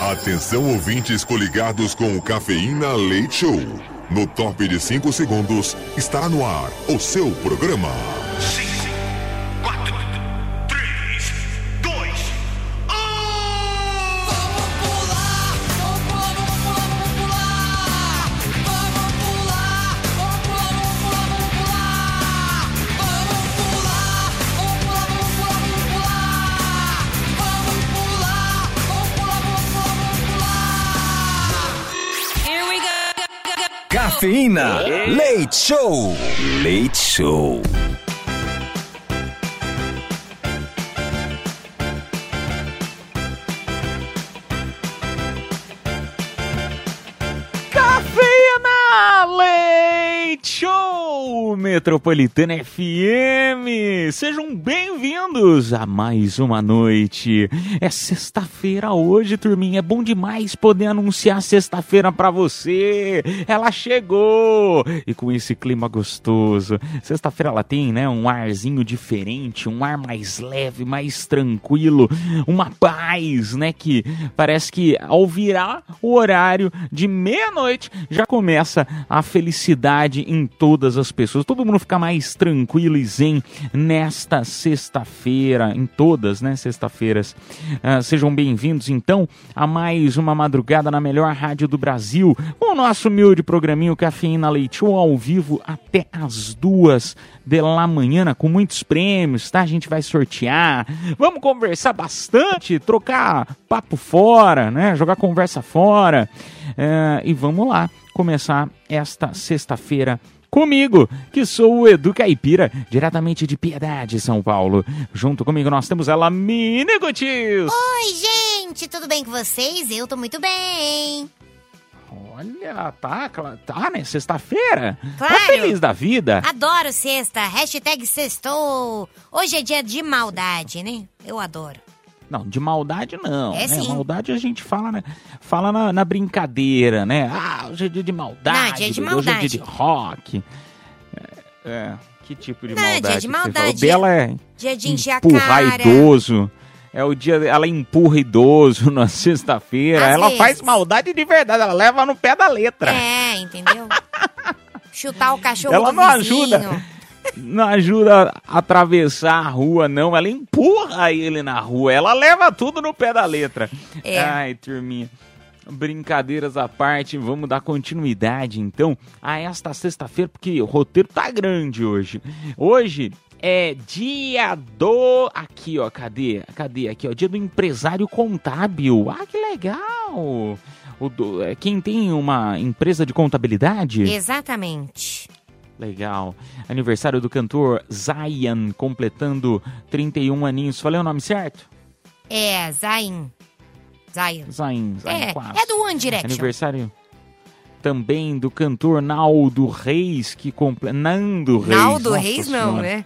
Atenção, ouvintes coligados com o Cafeína Leite Show. No top de 5 segundos, está no ar o seu programa. 5, 4, 3, 2, 1. Vamos pular, vamos pular, vamos pular, vamos pular, vamos pular, vamos pular, vamos pular, vamos pular, vamos pular, vamos pular, vamos pular. Here we go. Cafeína Leite Show. Leite Show. Cafeína Leite Show Metropolitana FM. Sejam bem-vindos a mais uma noite. É sexta-feira hoje, turminha. É bom demais poder anunciar sexta-feira pra você. Ela chegou e com esse clima gostoso. Sexta-feira ela tem, né, um arzinho diferente, um ar mais leve, mais tranquilo, uma paz, né, que parece que ao virar o horário de meia-noite já começa a felicidade em todas as pessoas. Todo mundo fica mais tranquilo e zen nesta sexta-feira, em todas, né, sexta-feiras. Sejam bem-vindos, então, a mais uma madrugada na melhor rádio do Brasil, com o nosso humilde programinho Cafeína Leite Show ao vivo até as 2 da manhã, com muitos prêmios, tá? A gente vai sortear, vamos conversar bastante, trocar papo fora, né? Jogar conversa fora. E vamos lá, começar esta sexta-feira comigo, que sou o Edu Caipira, diretamente de Piedade, São Paulo. Junto comigo nós temos ela, Mini Gutis. Oi, gente, tudo bem com vocês? Eu tô muito bem. Olha, tá, né? Sexta-feira. Claro. Tá feliz da vida. Adoro sexta, hashtag sextou. Hoje é dia de maldade, né? Eu adoro. Não, de maldade não. É né? sim. Maldade a gente fala, né? Fala na brincadeira, né? Ah, hoje é dia de maldade. Não, dia de Hoje é maldade. dia de rock. Que tipo de maldade? Dia de que você maldade. fala? O dela é Dia de encher a empurrar cara. idoso. É o dia, ela empurra idoso na sexta-feira. Às Ela vezes. faz maldade de verdade, ela leva no pé da letra. É, entendeu? Chutar o cachorro Ela do não vizinho. ajuda. Não ajuda a atravessar a rua, não. Ela empurra ele na rua. Ela leva tudo no pé da letra. É. Ai, turminha. Brincadeiras à parte, vamos dar continuidade, então, a esta sexta-feira, porque o roteiro tá grande hoje. Hoje é dia do... Aqui, ó, cadê? Aqui, ó, dia do empresário contábil. Ah, que legal! Quem tem uma empresa de contabilidade? Exatamente. Legal. Aniversário do cantor Zayn, completando 31 aninhos. Falei o nome certo? É, Zayn. Zayn, quase. É do One Direction. Aniversário também do cantor Naldo Reis, que Nando Reis. Naldo Nossa Reis Senhora. não, né?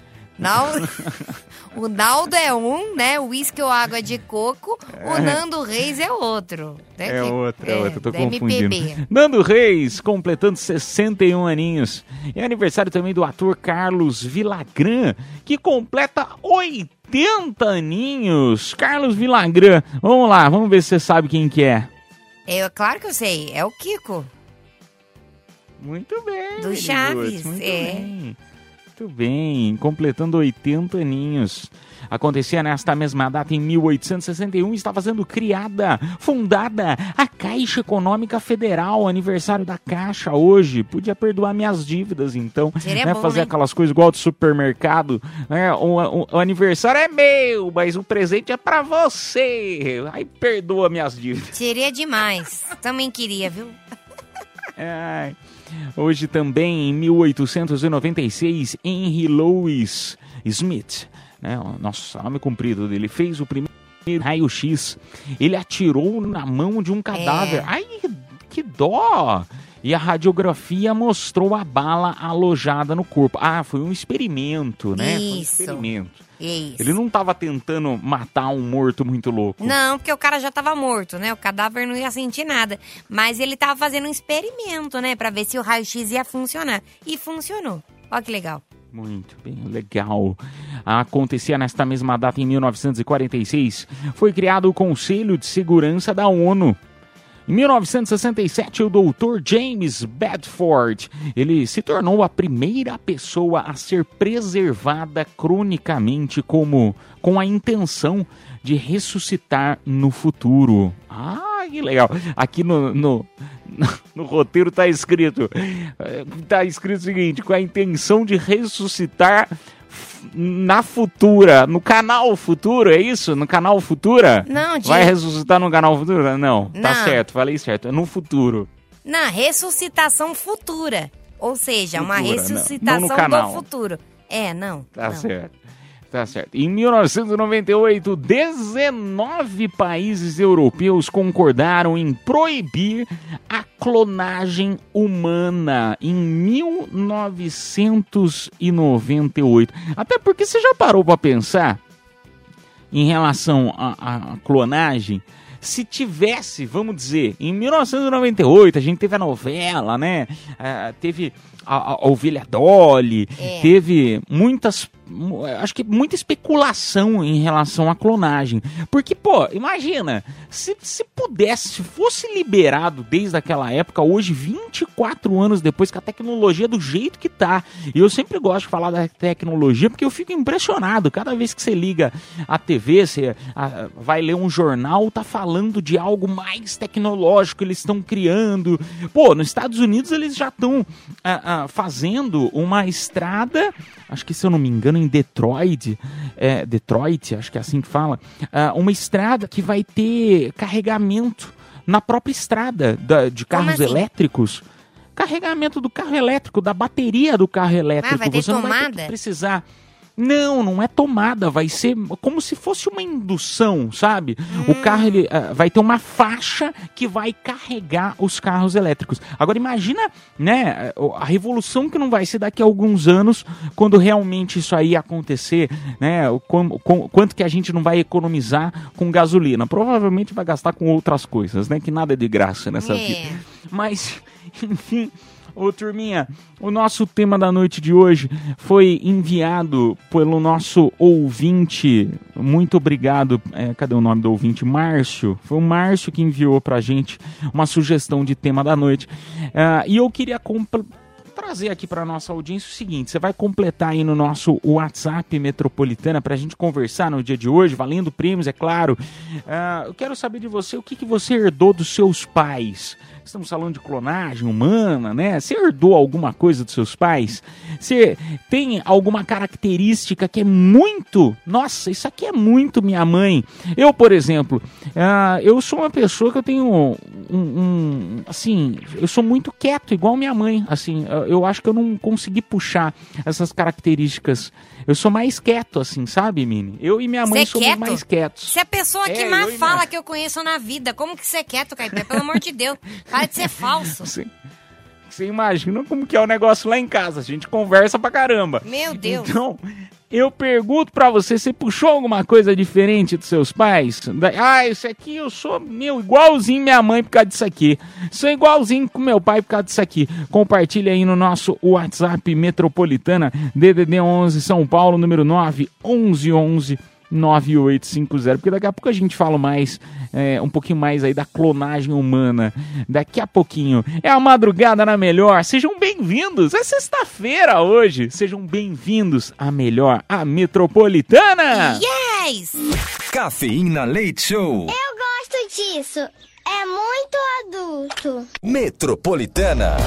O Naldo é um, né? O uísque ou água de coco. O Nando Reis é outro. É outro, tô da confundindo. MPB. Nando Reis, completando 61 aninhos. É aniversário também do ator Carlos Villagrán, que completa 80 aninhos. Carlos Villagrán, vamos lá, vamos ver se você sabe quem que é. Claro que eu sei, é o Kiko. Muito bem. Do Menigotes, Chaves, muito é. bem. Muito bem, completando 80 aninhos. Acontecia nesta mesma data em 1861, estava sendo fundada a Caixa Econômica Federal, aniversário da Caixa hoje. Podia perdoar minhas dívidas, então, Seria né, bom, fazer né? aquelas coisas igual do supermercado, né? O aniversário é meu, mas o presente é pra você. Aí perdoa minhas dívidas. Seria demais. Também queria, viu? Ai. Hoje também, em 1896, Henry Louis Smith, né, nossa, nome comprido dele, fez o primeiro raio-x. Ele atirou na mão de um cadáver. Ai, que dó! E a radiografia mostrou a bala alojada no corpo. Ah, foi um experimento, né? Foi um Isso. experimento. Isso. Ele não estava tentando matar um morto muito louco. Não, porque o cara já tava morto, né? O cadáver não ia sentir nada. Mas ele tava fazendo um experimento, né? Pra ver se o raio-x ia funcionar. E funcionou. Olha que legal. Muito bem, legal. Acontecia nesta mesma data, em 1946, foi criado o Conselho de Segurança da ONU. Em 1967, o Dr. James Bedford, ele se tornou a primeira pessoa a ser preservada cronicamente com a intenção de ressuscitar no futuro. Ah, que legal. Aqui no roteiro tá escrito o seguinte, com a intenção de ressuscitar na Futura, no canal Futuro, é isso? No canal Futura? Não, Vai ressuscitar no canal Futura? Não, tá Não. certo, falei certo, é no futuro. Na ressuscitação futura. Ou seja, uma Futura, não. ressuscitação Não no canal. do futuro. Não. Tá não. certo. Tá certo. Em 1998, 19 países europeus concordaram em proibir a clonagem humana em 1998. Até porque você já parou para pensar em relação à clonagem? Se tivesse, vamos dizer, em 1998, a gente teve a novela, né? Teve a Ovelha Dolly, teve muita especulação em relação à clonagem. Porque, pô, imagina, se fosse liberado desde aquela época, hoje, 24 anos depois, com a tecnologia do jeito que tá. E eu sempre gosto de falar da tecnologia, porque eu fico impressionado. Cada vez que você liga a TV, você vai ler um jornal, tá falando de algo mais tecnológico, eles estão criando. Pô, nos Estados Unidos eles já estão fazendo uma estrada, acho que se eu não me engano em Detroit, acho que é assim que fala, uma estrada que vai ter carregamento na própria estrada de carros Como assim? elétricos. Carregamento do carro elétrico, da bateria do carro elétrico. vai ter Você não vai ter tomada? que precisar... Não é tomada, vai ser como se fosse uma indução, sabe? O carro vai ter uma faixa que vai carregar os carros elétricos. Agora imagina, né, a revolução que não vai ser daqui a alguns anos, quando realmente isso aí acontecer, né? Quanto que a gente não vai economizar com gasolina. Provavelmente vai gastar com outras coisas, né? Que nada é de graça nessa vida. Mas, enfim... Ô, turminha, o nosso tema da noite de hoje foi enviado pelo nosso ouvinte. Muito obrigado. Cadê o nome do ouvinte? Márcio. Foi o Márcio que enviou pra gente uma sugestão de tema da noite. E eu queria trazer aqui para nossa audiência o seguinte: você vai completar aí no nosso WhatsApp Metropolitana para a gente conversar no dia de hoje, valendo prêmios, é claro. Eu quero saber de você o que você herdou dos seus pais. Estamos falando de clonagem humana, né? Você herdou alguma coisa dos seus pais? Você tem alguma característica que é muito... Nossa, isso aqui é muito minha mãe. Eu, por exemplo, eu sou uma pessoa que eu tenho assim, eu sou muito quieto, igual minha mãe. Assim, eu acho que eu não consegui puxar essas características. Eu sou mais quieto, assim, sabe, Mini? Eu e minha mãe somos quieto? mais quietos. Você é a pessoa que eu mais e fala minha- que eu conheço na vida. Como que você é quieto, Caipé? Pelo amor de Deus. Para de ser falso. Você imagina como que é o negócio lá em casa. A gente conversa pra caramba. Meu Deus. Então, eu pergunto pra você, você puxou alguma coisa diferente dos seus pais? Isso aqui eu sou, igualzinho minha mãe por causa disso aqui. Sou igualzinho com meu pai por causa disso aqui. Compartilha aí no nosso WhatsApp Metropolitana, DDD 11 São Paulo, número 9 1111 9850, porque daqui a pouco a gente fala mais, um pouquinho mais aí da clonagem humana. Daqui a pouquinho. É a Madrugada na Melhor. Sejam bem-vindos. É sexta-feira hoje. Sejam bem-vindos à Melhor, a Metropolitana. Yes! Cafeína Leite Show. Eu gosto disso. É muito adulto. Metropolitana.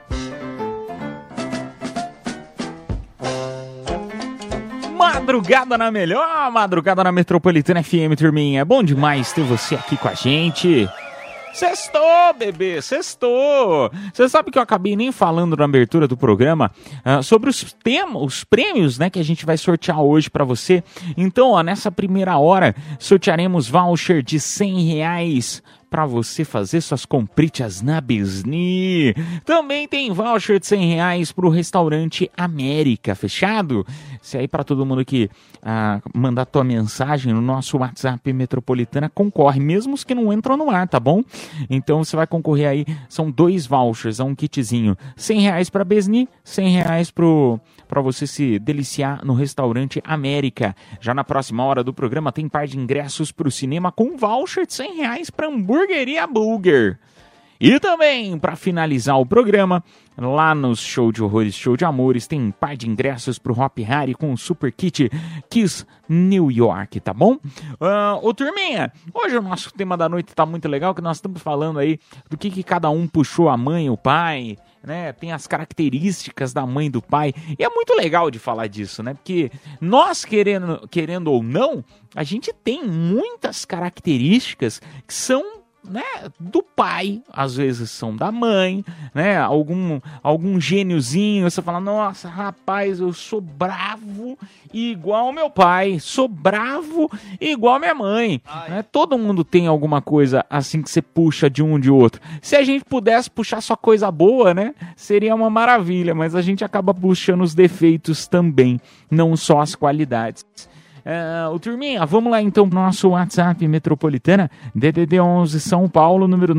Madrugada na Melhor, Madrugada na Metropolitana FM, turminha. É bom demais ter você aqui com a gente. Sextou, bebê, sextou. Você sabe que eu acabei nem falando na abertura do programa sobre os prêmios, né, que a gente vai sortear hoje pra você. Então, ó, nessa primeira hora, sortearemos voucher de R$100 para você fazer suas compritas na Besni. Também tem voucher de R$100 pro restaurante América, fechado? Se aí para todo mundo que mandar tua mensagem no nosso WhatsApp Metropolitana, concorre, mesmo os que não entram no ar, tá bom? Então você vai concorrer aí, são 2 vouchers, um kitzinho. R$100 para Besni, R$100 para você se deliciar no restaurante América. Já na próxima hora do programa tem par de ingressos pro cinema com voucher de R$100 para Hamburgueria Burger. E também, para finalizar o programa, lá no Show de Horrores, Show de Amores, tem um par de ingressos pro Hop Harry com o Super Kit Kiss New York, tá bom? Ô turminha, hoje o nosso tema da noite tá muito legal, que nós estamos falando aí do que cada um puxou, a mãe, o pai, né? Tem as características da mãe e do pai, e é muito legal de falar disso, né? Porque nós, querendo ou não, a gente tem muitas características que são, né, do pai, às vezes são da mãe, né, algum gêniozinho, você fala, nossa, rapaz, eu sou bravo igual meu pai, sou bravo igual minha mãe, né? Todo mundo tem alguma coisa assim que você puxa de um de outro. Se a gente pudesse puxar só coisa boa, né, seria uma maravilha, mas a gente acaba puxando os defeitos também, não só as qualidades. O turminha, vamos lá então pro nosso WhatsApp Metropolitana, DDD 11 São Paulo, número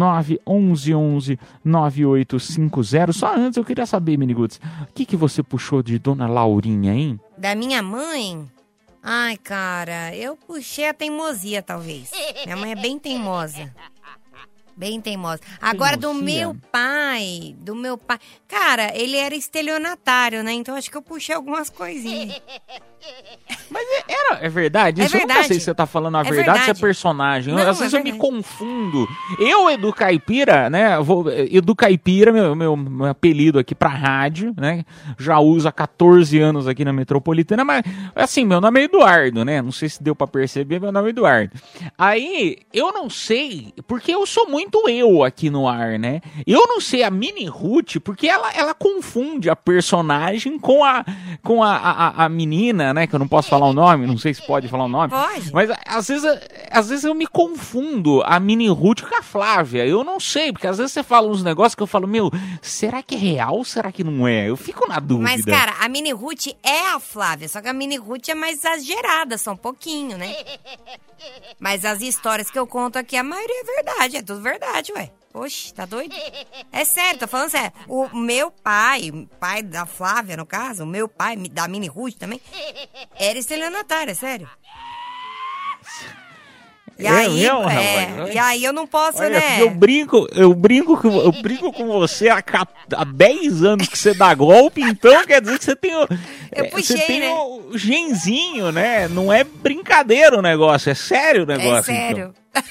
911-9850. Só antes eu queria saber, Miniguts, o que você puxou de Dona Laurinha, hein? Da minha mãe? Ai, cara, eu puxei a teimosia, talvez. Minha mãe é bem teimosa. Bem teimosa. Agora, do meu pai... Cara, ele era estelionatário, né? Então, acho que eu puxei algumas coisinhas. Mas é verdade? É Isso verdade. eu nunca sei se você tá falando a verdade, verdade. se é personagem. Não, Às vezes é eu me verdade. confundo. Eu, Edu Caipira, né? Edu Caipira, meu apelido aqui pra rádio, né? Já uso há 14 anos aqui na Metropolitana, mas assim, meu nome é Eduardo, né? Não sei se deu pra perceber, meu nome é Eduardo. Aí, eu não sei, porque eu sou muito eu aqui no ar, né? Eu não sei a Mini Ruth, porque ela confunde a personagem com a menina, né? Que eu não posso falar o nome, não sei se pode falar o nome. Pode. Mas às vezes eu me confundo a Mini Ruth com a Flávia. Eu não sei, porque às vezes você fala uns negócios que eu falo, meu, será que é real ou será que não é? Eu fico na dúvida. Mas, cara, a Mini Ruth é a Flávia, só que a Mini Ruth é mais exagerada, só um pouquinho, né? Mas as histórias que eu conto aqui, a maioria é verdade, é tudo verdade, ué. Oxe, tá doido? É sério, tô falando sério. O meu pai da Flávia, no caso, o meu pai, da Mini Ruth também, era estelionatário, é sério. E aí, rapaz? e aí eu não posso, Olha, né? eu brinco com você há 10 anos que você dá golpe, então quer dizer que você tem puxei, você tem né? o genzinho, né? Não é brincadeira o negócio, é sério o negócio. É sério. Então.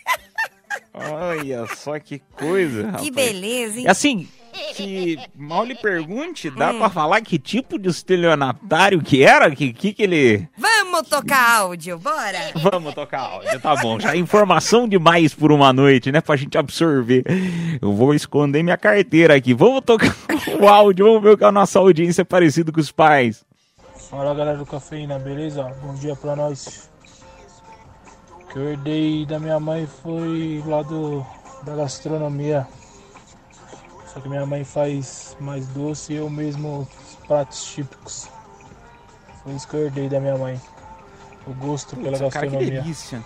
Olha só que coisa, rapaz. Que beleza, hein? Assim, que mal lhe pergunte, dá pra falar que tipo de estelionatário que era? Que ele... Vamos tocar áudio, bora? Vamos tocar áudio, tá bom. Já é informação demais por uma noite, né? Pra gente absorver. Eu vou esconder minha carteira aqui. Vamos tocar o áudio, vamos ver o que a nossa audiência é parecido com os pais. Fala, galera do Cafeína, beleza? Bom dia pra nós. O que eu herdei da minha mãe foi lá da gastronomia. Só que minha mãe faz mais doce e eu mesmo os pratos típicos. Foi isso que eu herdei da minha mãe. O gosto pela Putz, cara, que gastronomia. delícia.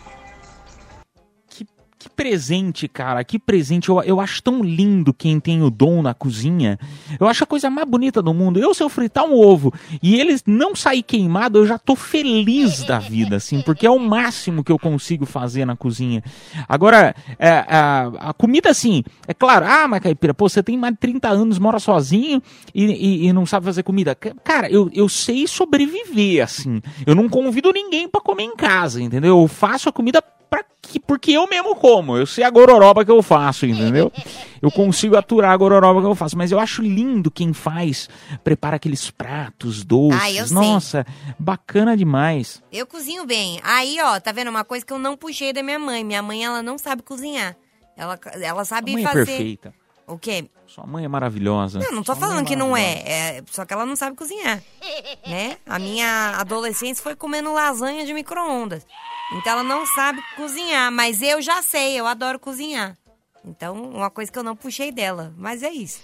Que presente, cara, que presente. Eu acho tão lindo quem tem o dom na cozinha. Eu acho a coisa mais bonita do mundo. Se eu fritar um ovo e ele não sair queimado, eu já tô feliz da vida, assim, porque é o máximo que eu consigo fazer na cozinha. Agora, a comida, assim, é claro, mas Caipira, pô, você tem mais de 30 anos, mora sozinho e não sabe fazer comida. Cara, eu sei sobreviver, assim. Eu não convido ninguém pra comer em casa, entendeu? Eu faço a comida porque eu mesmo como, eu sei a gororoba que eu faço, entendeu? Eu consigo aturar a gororoba que eu faço, mas eu acho lindo quem prepara aqueles pratos doces. eu sei. Nossa, bacana demais. Eu cozinho bem. Aí, ó, tá vendo? Uma coisa que eu não puxei da minha mãe. Minha mãe, ela não sabe cozinhar. Ela sabe Sua mãe fazer... é perfeita. O quê? Sua mãe é maravilhosa. Não tô Sua mãe falando que não maravilhosa. é. Só que ela não sabe cozinhar, né? A minha adolescência foi comendo lasanha de micro-ondas. Então ela não sabe cozinhar, mas eu já sei, eu adoro cozinhar. Então, uma coisa que eu não puxei dela, mas é isso.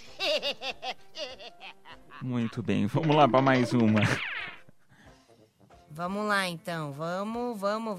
Muito bem, vamos lá pra mais uma. Vamos lá, então. Vamos.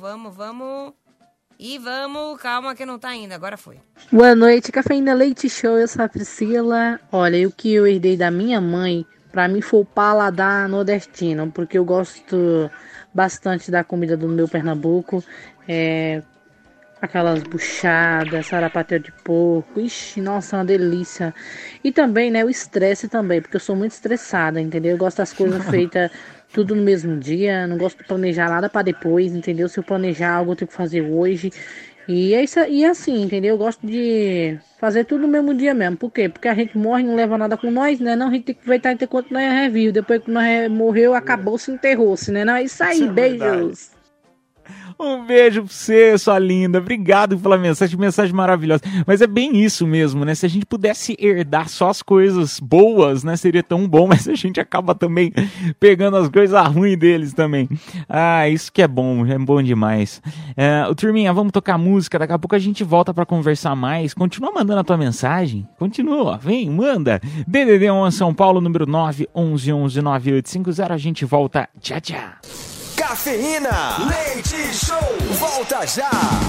E vamos, calma que não tá ainda, agora foi. Boa noite, Cafeína Leite Show, eu sou a Priscila. Olha, o que eu herdei da minha mãe, pra mim foi o paladar nordestino, porque eu gosto bastante da comida do meu Pernambuco. aquelas buchadas, sarapatel de porco. Ixi, nossa, uma delícia. E também, né, o estresse também, porque eu sou muito estressada, entendeu? Eu gosto das coisas feitas tudo no mesmo dia, não gosto de planejar nada pra depois, entendeu? Se eu planejar algo, eu tenho que fazer hoje. E é isso, e assim, entendeu? Eu gosto de fazer tudo no mesmo dia mesmo. Por quê? Porque a gente morre e não leva nada com nós, né? Não, a gente tem que aproveitar enquanto nós é vivo. Depois que nós morreu, acabou-se, enterrou-se, né? Não, é isso aí, beijos. Um beijo pra você, sua linda. Obrigado pela mensagem maravilhosa. Mas é bem isso mesmo, né? Se a gente pudesse herdar só as coisas boas, né? Seria tão bom, mas a gente acaba também pegando as coisas ruins deles também. Ah, isso que é bom demais. Turminha, vamos tocar música. Daqui a pouco a gente volta pra conversar mais. Continua mandando a tua mensagem. Continua, vem, manda. DDD 1 São Paulo, número 9 11 11 9850. A gente volta. Tchau, tchau. Cafeína, leite show, volta já.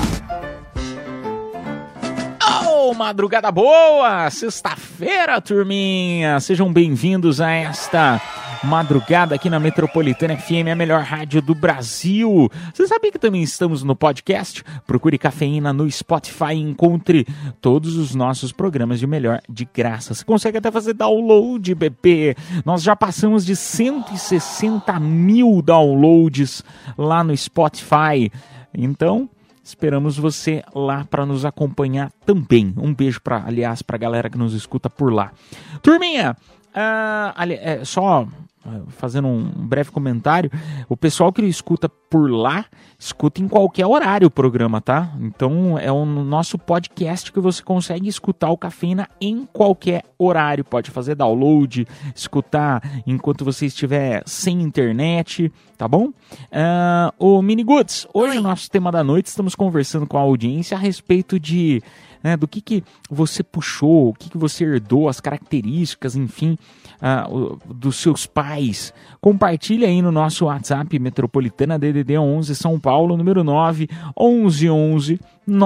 Oh, madrugada boa, sexta-feira, turminha. Sejam bem-vindos a esta madrugada aqui na Metropolitana FM, a melhor rádio do Brasil. Você sabia que também estamos no podcast? Procure Cafeína no Spotify e encontre todos os nossos programas de melhor de graça. Você consegue até fazer download, bebê. Nós já passamos de 160 mil downloads lá no Spotify. Então, esperamos você lá para nos acompanhar também. Um beijo para a galera que nos escuta por lá. Turminha, só fazendo um breve comentário, o pessoal que escuta por lá, escuta em qualquer horário o programa, tá? Então é o nosso podcast que você consegue escutar o Cafeína em qualquer horário, pode fazer download, escutar enquanto você estiver sem internet, tá bom? O Mini Goods, hoje o nosso tema da noite, estamos conversando com a audiência a respeito de do que você puxou, o que você herdou, as características, enfim, dos seus pais. Compartilha aí no nosso WhatsApp Metropolitana DDD 11 São Paulo, número 9 11 11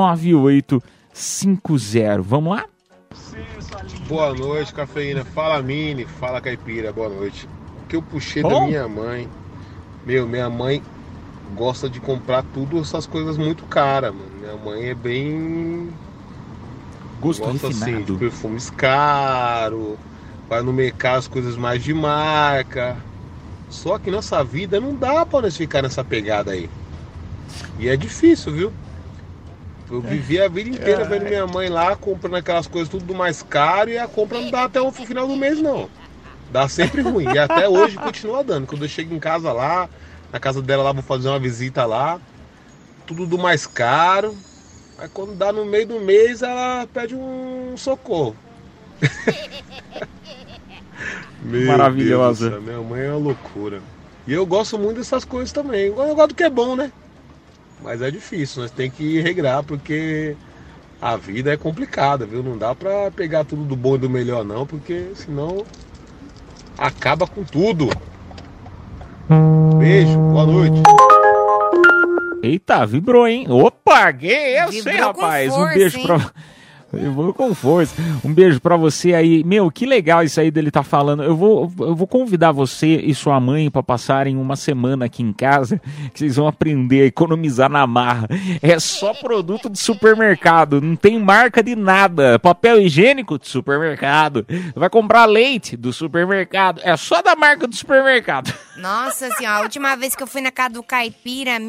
9850. Vamos lá? Boa noite, Cafeína. Fala, Mini. Fala, Caipira. Boa noite. O que eu puxei da minha mãe? Minha mãe gosta de comprar tudo essas coisas muito caras, mano. Minha mãe é bem... Gosto gosta refinado. Assim, de perfumes caros, vai no mercado as coisas mais de marca. Só que nossa vida não dá pra nós ficar nessa pegada aí. E é difícil, viu? Eu vivi a vida inteira vendo minha mãe lá comprando aquelas coisas tudo mais caro e a compra não dá até o final do mês, não. Dá sempre ruim. E até hoje continua dando. Quando eu chego em casa lá, na casa dela lá, vou fazer uma visita lá, tudo do mais caro. Aí quando dá no meio do mês, ela pede um socorro. Maravilhosa. Deus, minha mãe é uma loucura. E eu gosto muito dessas coisas também. Eu gosto do que é bom, né? Mas é difícil, nós temos que regrar, porque a vida é complicada, viu? Não dá pra pegar tudo do bom e do melhor, não, porque senão acaba com tudo. Beijo, boa noite. Eita, vibrou, hein? Opa, que eu Vibrou sei, rapaz. com força, Um beijo pra... Eu vou com força. Um beijo pra você aí. Meu, que legal isso aí dele tá falando. Eu vou convidar você e sua mãe pra passarem uma semana aqui em casa, que vocês vão aprender a economizar na marra. É só produto de supermercado, não tem marca de nada. Papel higiênico de supermercado. Vai comprar leite do supermercado. É só da marca do supermercado. Nossa senhora, a última vez que eu fui na casa do Caipira,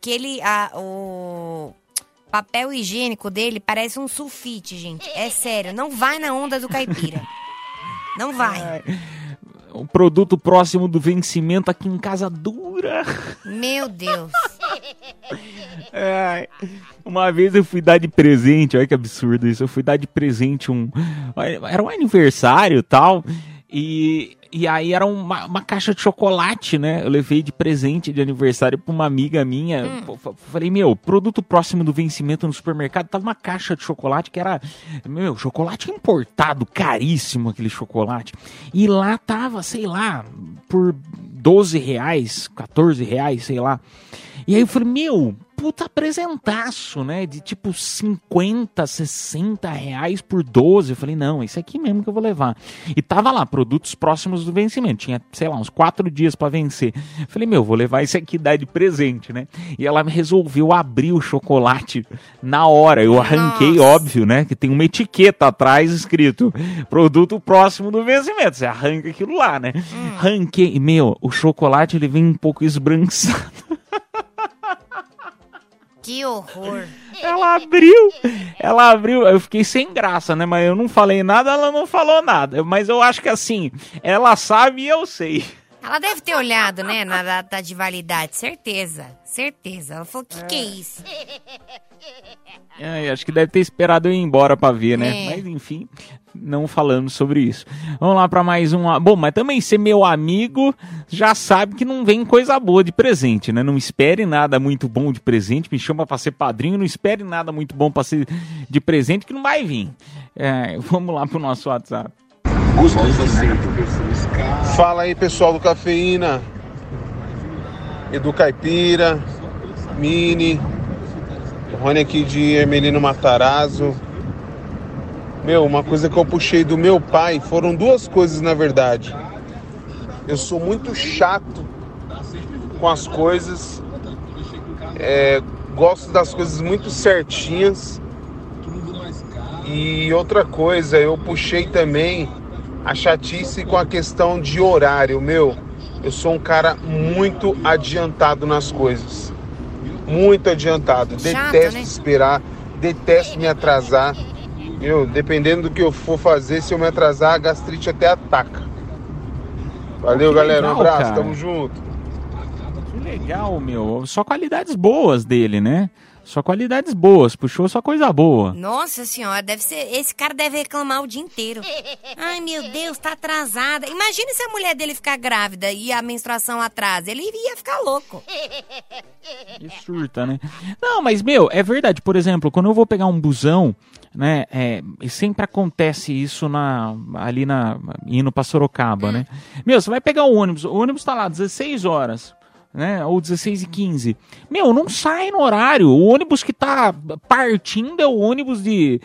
o papel higiênico dele parece um sulfite, gente. É sério, não vai na onda do Caipira. Não vai. Um produto próximo do vencimento aqui em casa dura. Meu Deus. Uma vez eu fui dar de presente, olha que absurdo isso. Eu fui dar de presente era um aniversário e tal. E aí era uma caixa de chocolate, né? Eu levei de presente de aniversário pra uma amiga minha. Falei, produto próximo do vencimento no supermercado. Tava uma caixa de chocolate que era, chocolate importado, caríssimo aquele chocolate. E lá tava, sei lá, por R$12, R$14, sei lá. E aí eu falei, puta presentaço, né? De tipo 50, 60 reais por 12. Eu falei, não, esse aqui mesmo que eu vou levar. E tava lá, produtos próximos do vencimento. Tinha, sei lá, uns 4 dias pra vencer. Eu falei, vou levar esse aqui, dar de presente, né? E ela resolveu abrir o chocolate na hora. Eu arranquei, óbvio, né? Que tem uma etiqueta atrás escrito produto próximo do vencimento. Você arranca aquilo lá, né? Arranquei. E, o chocolate, ele vem um pouco esbranquiçado. Que horror. Ela abriu, eu fiquei sem graça, né? Mas eu não falei nada, ela não falou nada. Mas eu acho que assim, ela sabe e eu sei. Ela deve ter olhado, né, na data de validade, certeza. Ela falou, que é isso? Acho que deve ter esperado eu ir embora pra ver, né? Mas enfim, não falando sobre isso. Vamos lá pra mais uma. Bom, mas também ser meu amigo já sabe que não vem coisa boa de presente, né? Não espere nada muito bom de presente, me chama pra ser padrinho, não espere nada muito bom pra ser de presente que não vai vir. Vamos lá pro nosso WhatsApp. Fala aí, pessoal do Cafeína, Edu Caipira, Mini, Rony aqui de Hermelino Matarazzo. Uma coisa que eu puxei do meu pai, foram 2 coisas na verdade. Eu sou muito chato com as coisas, gosto das coisas muito certinhas. E outra coisa, eu puxei também a chatice com a questão de horário. Eu sou um cara muito adiantado nas coisas. Muito adiantado. Chato, detesto né? esperar, detesto me atrasar. Dependendo do que eu for fazer, se eu me atrasar, a gastrite até ataca. Valeu, galera. Legal, um abraço, cara. Tamo junto. Que legal, Só qualidades boas dele, né? Só qualidades boas, puxou só coisa boa. Nossa senhora, esse cara deve reclamar o dia inteiro. Ai, meu Deus, tá atrasada. Imagina se a mulher dele ficar grávida e a menstruação atrasa. Ele iria ficar louco. E surta, né? Não, mas, é verdade. Por exemplo, quando eu vou pegar um busão, né, sempre acontece isso indo pra Sorocaba, né? Você vai pegar o ônibus tá lá 16 horas. Né, ou 16h15. Não sai no horário. O ônibus que tá partindo é o ônibus de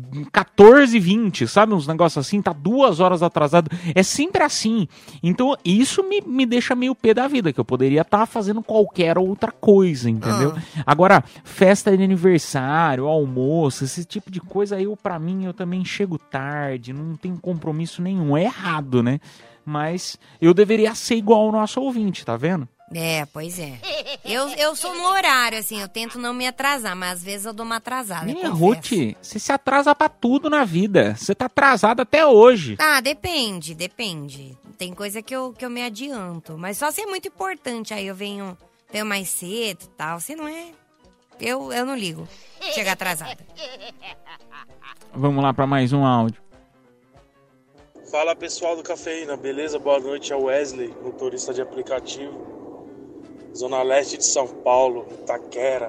14h20, sabe? Uns negócios assim, tá 2 horas atrasado. É sempre assim. Então, isso me deixa meio pé da vida, que eu poderia estar fazendo qualquer outra coisa, entendeu? Agora, festa de aniversário, almoço, esse tipo de coisa, pra mim, eu também chego tarde, não tenho compromisso nenhum. É errado, né? Mas eu deveria ser igual ao nosso ouvinte, tá vendo? Pois é. Eu sou no horário, assim, eu tento não me atrasar, mas às vezes eu dou uma atrasada. Ruth, você se atrasa pra tudo na vida. Você tá atrasada até hoje. Depende. Tem coisa que eu me adianto, mas só se é muito importante, aí eu venho mais cedo e tal. Se não é, eu não ligo chegar atrasada. Vamos lá pra mais um áudio. Fala pessoal do Cafeína, beleza? Boa noite, é o Wesley, motorista de aplicativo, Zona Leste de São Paulo, Itaquera.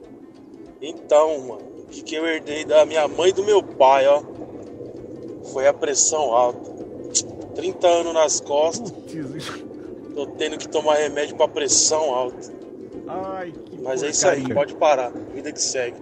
Então, mano, o que eu herdei da minha mãe e do meu pai, foi a pressão alta. 30 anos nas costas, tô tendo que tomar remédio pra pressão alta. Mas é isso aí, pode parar, vida que segue.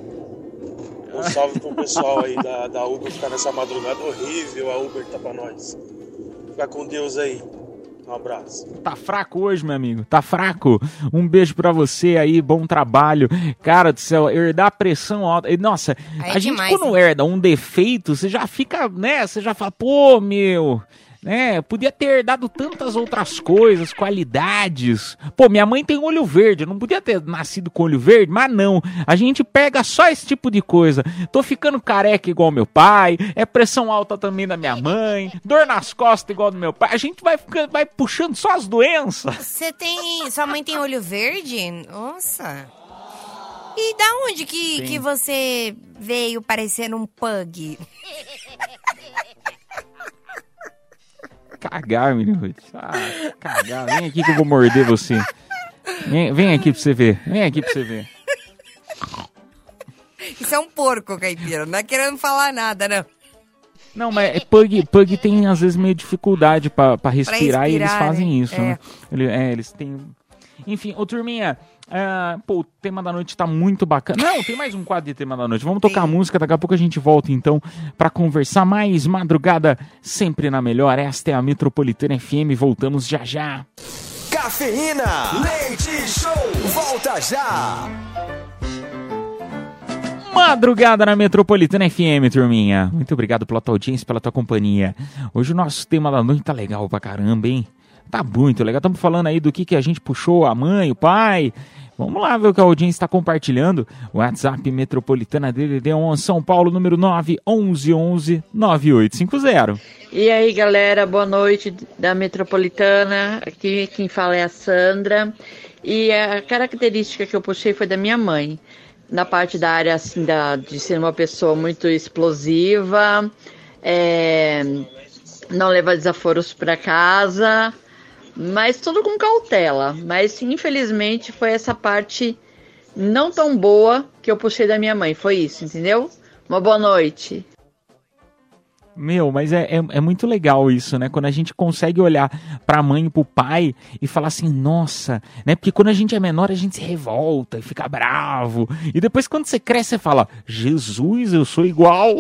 Um salve pro pessoal aí da Uber, ficar nessa madrugada horrível, a Uber tá pra nós. Fica com Deus aí. Um abraço. Tá fraco hoje, meu amigo? Tá fraco? Um beijo pra você aí, bom trabalho. Cara do céu, herdar a pressão alta. Nossa, a gente demais, quando herda um defeito, você já fica, né? Você já fala, né? Podia ter herdado tantas outras coisas, qualidades. Minha mãe tem olho verde, eu não podia ter nascido com olho verde, mas não. A gente pega só esse tipo de coisa. Tô ficando careca igual meu pai, pressão alta também da minha mãe, dor nas costas igual do meu pai. A gente vai puxando só as doenças. Sua mãe tem olho verde? Nossa. E da onde que você veio parecendo um pug? Cagar, menino Ruth. Cagar. Vem aqui que eu vou morder você. Vem aqui pra você ver. Isso é um porco, caipira. Não é querendo falar nada, não. Não, mas pug tem às vezes meio dificuldade pra respirar e eles fazem isso, né? Eles têm... Enfim, turminha, O tema da noite tá muito bacana. Não, tem mais um quadro de tema da noite. Vamos tocar a música, daqui a pouco a gente volta então pra conversar mais. Madrugada sempre na melhor. Esta é a Metropolitana FM, voltamos já já. Cafeína, leite show, volta já. Madrugada na Metropolitana FM, turminha. Muito obrigado pela tua audiência, pela tua companhia. Hoje o nosso tema da noite tá legal pra caramba, hein? Tá muito legal. Estamos falando aí do que a gente puxou, a mãe, o pai. Vamos lá ver o que a audiência está compartilhando. WhatsApp Metropolitana DDD1 São Paulo, número 911-9850. E aí, galera, boa noite da Metropolitana. Aqui quem fala é a Sandra. E a característica que eu puxei foi da minha mãe. Na parte da área, assim, de ser uma pessoa muito explosiva, não levar desaforos para casa, mas tudo com cautela. Mas, infelizmente, foi essa parte não tão boa que eu puxei da minha mãe. Foi isso, entendeu? Uma boa noite. Meu, mas é muito legal isso, né? Quando a gente consegue olhar pra mãe e pro pai e falar assim, nossa, né? Porque quando a gente é menor, a gente se revolta e fica bravo. E depois quando você cresce, você fala, Jesus, eu sou igual.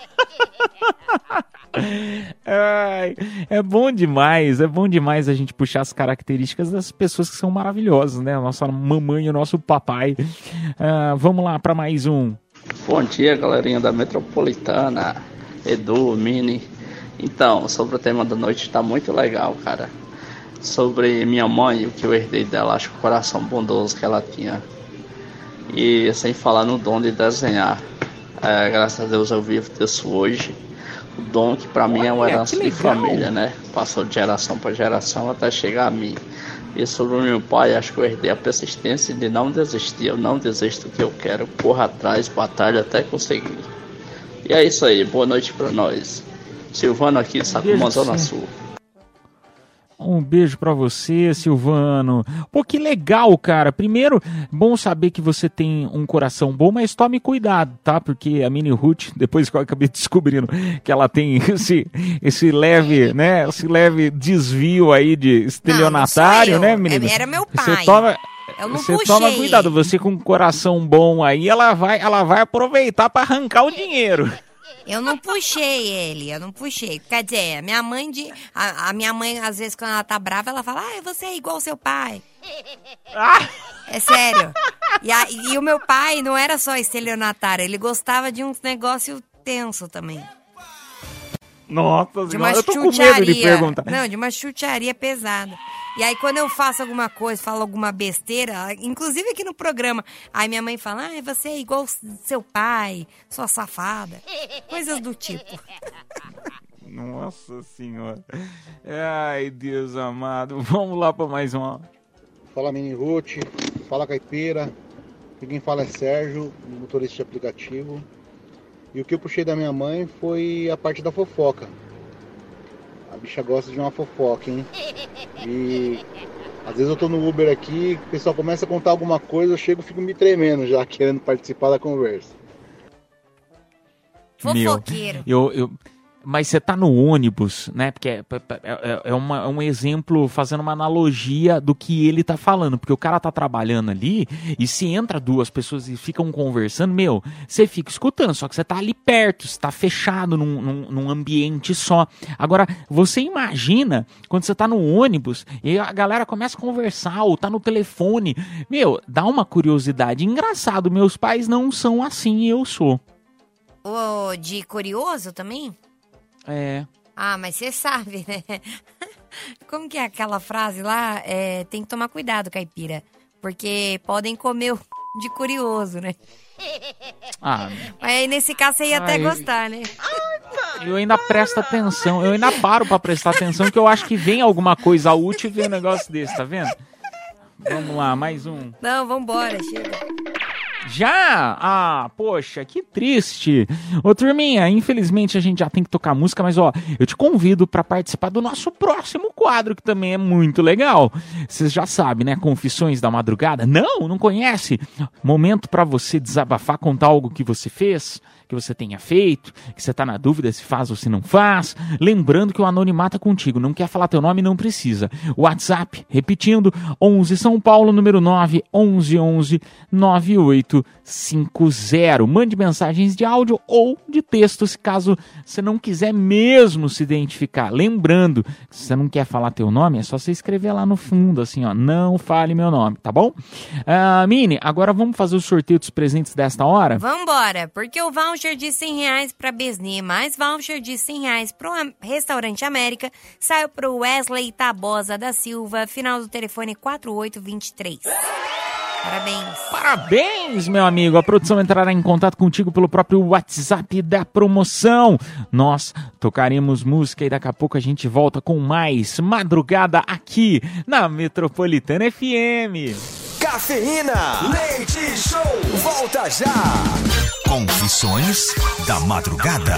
Ai, é bom demais a gente puxar as características das pessoas que são maravilhosas, né? A nossa mamãe e o nosso papai. Vamos lá pra mais um. Bom dia, galerinha da Metropolitana. Edu, Mini. Então, sobre o tema da noite, tá muito legal, cara. Sobre minha mãe, o que eu herdei dela, acho que o coração bondoso que ela tinha. E sem falar no dom de desenhar. Graças a Deus eu vivo disso hoje. O dom que pra mim é uma herança de família, né? Passou de geração para geração até chegar a mim. E sobre o meu pai, acho que eu herdei a persistência de não desistir. Eu não desisto do que eu quero, corro atrás, batalho até conseguir. E é isso aí, boa noite pra nós. Silvano aqui de Sacomã, Zona Sul. Um beijo pra você, Silvano. Pô, que legal, cara. Primeiro, bom saber que você tem um coração bom, mas tome cuidado, tá? Porque a Mini Ruth, depois que eu acabei descobrindo que ela tem esse leve, né? Esse leve desvio aí de estelionatário, né, menina? Era meu pai. Você toma cuidado, você com um coração bom aí, ela vai aproveitar pra arrancar o dinheiro. Eu não puxei ele, Quer dizer, a minha mãe, às vezes, quando ela tá brava, ela fala, você é igual ao seu pai. É sério. E o meu pai não era só estelionatário, ele gostava de uns negócios tenso também. Nossa senhora, eu tô com medo de perguntar. Não, de uma chutearia pesada. E aí, quando eu faço alguma coisa, falo alguma besteira, inclusive aqui no programa, aí minha mãe fala, você é igual seu pai, sua safada. Coisas do tipo. Nossa senhora. Ai, Deus amado. Vamos lá para mais uma. Fala, Mini Ruth. Fala, Caipira. Aqui quem fala é Sérgio, motorista de aplicativo. E o que eu puxei da minha mãe foi a parte da fofoca. A bicha gosta de uma fofoca, hein? E às vezes eu tô no Uber aqui, o pessoal começa a contar alguma coisa, eu chego e fico me tremendo já, querendo participar da conversa. Fofoqueiro. Mas você tá no ônibus, né? Porque é um exemplo, fazendo uma analogia do que ele tá falando. Porque o cara tá trabalhando ali e se entra duas pessoas e ficam conversando, você fica escutando. Só que você tá ali perto, você tá fechado num ambiente só. Agora, você imagina quando você tá no ônibus e a galera começa a conversar ou tá no telefone. Dá uma curiosidade. Engraçado, meus pais não são assim e eu sou. De curioso também? É. Mas você sabe, né? Como que é aquela frase lá? Tem que tomar cuidado, caipira. Porque podem comer de curioso, né? Mas aí nesse caso você ia até gostar, né? Eu ainda presto atenção. Eu ainda paro pra prestar atenção, que eu acho que vem alguma coisa útil e vem um negócio desse, tá vendo? Vamos lá, mais um. Não, vambora, chega. Já? Ah, poxa, que triste. Ô, turminha, infelizmente a gente já tem que tocar música, mas ó, eu te convido para participar do nosso próximo quadro, que também é muito legal. Vocês já sabem, né? Confissões da Madrugada. Não conhece? Momento para você desabafar, contar algo que você fez, que você tenha feito, que você tá na dúvida se faz ou se não faz. Lembrando que o anonimato é contigo, não quer falar teu nome, não precisa. WhatsApp, repetindo, 11 São Paulo, número 9 1111 9850. Mande mensagens de áudio ou de texto, se caso você não quiser mesmo se identificar. Lembrando, se você não quer falar teu nome, é só você escrever lá no fundo, assim, ó, não fale meu nome, tá bom? Mini, agora vamos fazer o sorteio dos presentes desta hora? Vambora, porque o voucher de R$100 para Besni, mais voucher de R$100 para o Restaurante América, saiu para o Wesley Tabosa da Silva, final do telefone 4823. Parabéns. Parabéns, meu amigo. A produção entrará em contato contigo pelo próprio WhatsApp da promoção. Nós tocaremos música e daqui a pouco a gente volta com mais Madrugada aqui na Metropolitana FM. Cafeína, leite show, volta já. Confissões da Madrugada.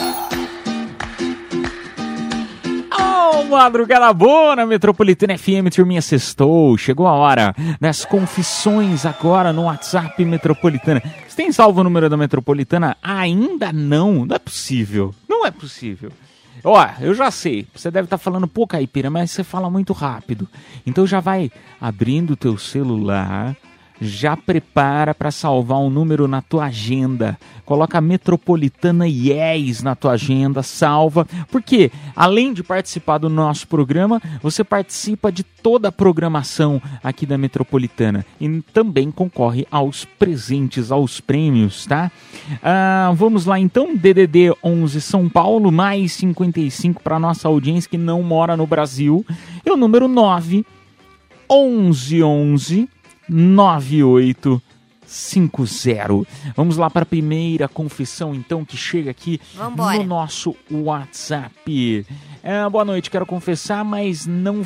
Madrugada boa na Metropolitana FM, turminha, sextou. Chegou a hora das confissões agora no WhatsApp Metropolitana. Você tem salvo o número da Metropolitana? Ainda não, não é possível. Não é possível. Ó, eu já sei, você deve estar falando, pô, Caipira, mas você fala muito rápido. Então já vai abrindo o teu celular, já prepara para salvar um número na tua agenda. Coloca Metropolitana Yes na tua agenda, salva. Porque, além de participar do nosso programa, você participa de toda a programação aqui da Metropolitana. E também concorre aos presentes, aos prêmios, tá? Vamos lá então, DDD 11 São Paulo, mais 55 para nossa audiência que não mora no Brasil. E o número 9 1111 9850. Vamos lá para a primeira confissão, então, que chega aqui no nosso WhatsApp. Boa noite, quero confessar, mas não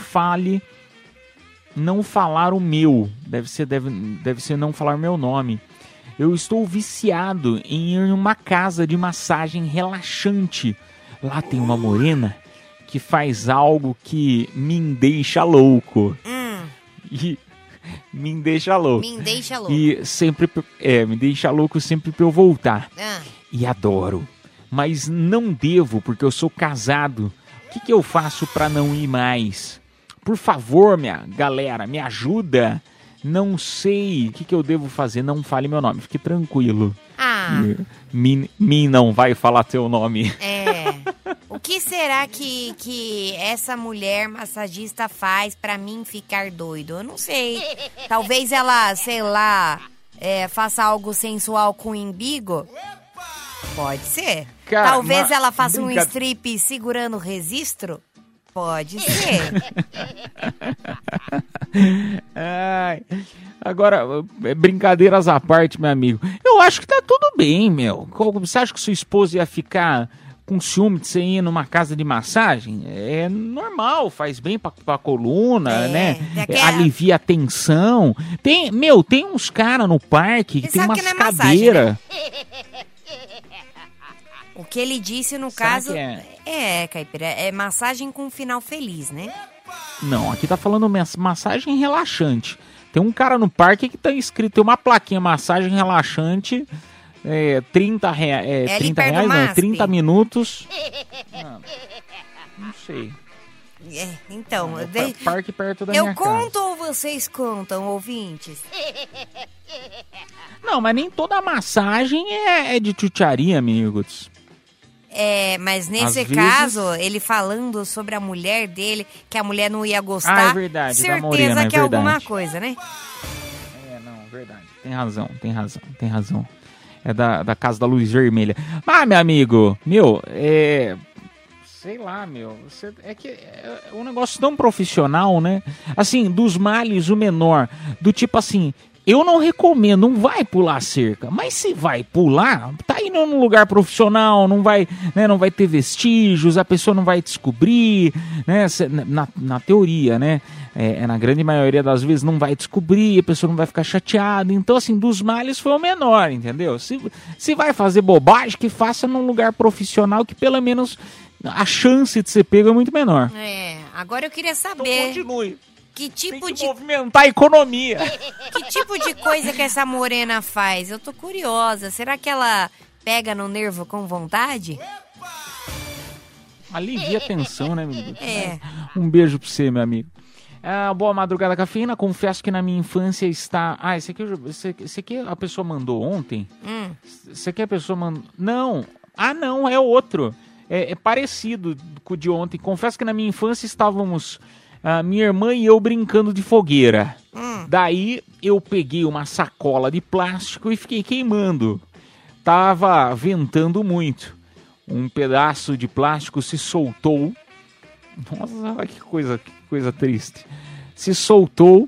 falar o meu. Deve ser não falar meu nome. Eu estou viciado em ir em uma casa de massagem relaxante. Lá tem uma morena que faz algo que me deixa louco. Me deixa louco. E sempre me deixa louco sempre pra eu voltar. E adoro. Mas não devo, porque eu sou casado. O que eu faço pra não ir mais? Por favor, minha galera, me ajuda. Não sei o que eu devo fazer. Não fale meu nome, fique tranquilo. Me não vai falar teu nome. O que será que essa mulher massagista faz pra mim ficar doido? Eu não sei. Talvez ela, sei lá, faça algo sensual com o umbigo? Pode ser. Cara, Talvez ela faça um strip segurando o registro? Pode ser. Agora, brincadeiras à parte, meu amigo. Eu acho que tá tudo bem, meu. Você acha que sua esposa ia ficar com ciúme de você ir numa casa de massagem? É normal, faz bem pra coluna, né? Alivia a tensão. Tem uns caras no parque que tem umas cadeiras. O que ele disse no caso Caipira, é massagem com final feliz, né? Não, aqui tá falando massagem relaxante. Tem um cara no parque que tá escrito, tem uma plaquinha, massagem relaxante, 30 reais, 30 minutos. Não sei. Então, parque perto da minha casa. Eu conto ou vocês contam, ouvintes? Não, mas nem toda massagem é de chucharia, amigos. Mas nesse caso, ele falando sobre a mulher dele, que a mulher não ia gostar. É verdade, certeza Morena, que é alguma coisa, né? Não, verdade. Tem razão. É da casa da luz vermelha. Mas, meu amigo, sei lá, é que é um negócio tão profissional, né? Assim, dos males o menor. Do tipo assim, eu não recomendo, não vai pular cerca. Mas se vai pular, tá indo num lugar profissional, não vai, né, não vai ter vestígios, a pessoa não vai descobrir, né, na teoria, né? Na grande maioria das vezes não vai descobrir, a pessoa não vai ficar chateada. Então, assim, dos males foi o menor, entendeu? Se vai fazer bobagem, que faça num lugar profissional que pelo menos a chance de ser pego é muito menor. Agora eu queria saber... Então continue. Que tipo Tem que movimentar a economia. Que tipo de coisa que essa morena faz? Eu tô curiosa. Será que ela pega no nervo com vontade? Alivia a tensão, né, menino? Um beijo pra você, meu amigo. Boa madrugada, cafeína. Confesso que na minha infância está... esse aqui a pessoa mandou ontem? Esse aqui a pessoa mandou... Não. Não, é outro. É parecido com o de ontem. Confesso que na minha infância estávamos... minha irmã e eu brincando de fogueira. Daí eu peguei uma sacola de plástico e fiquei queimando. Tava ventando muito. Um pedaço de plástico se soltou. Nossa, que coisa triste. Se soltou.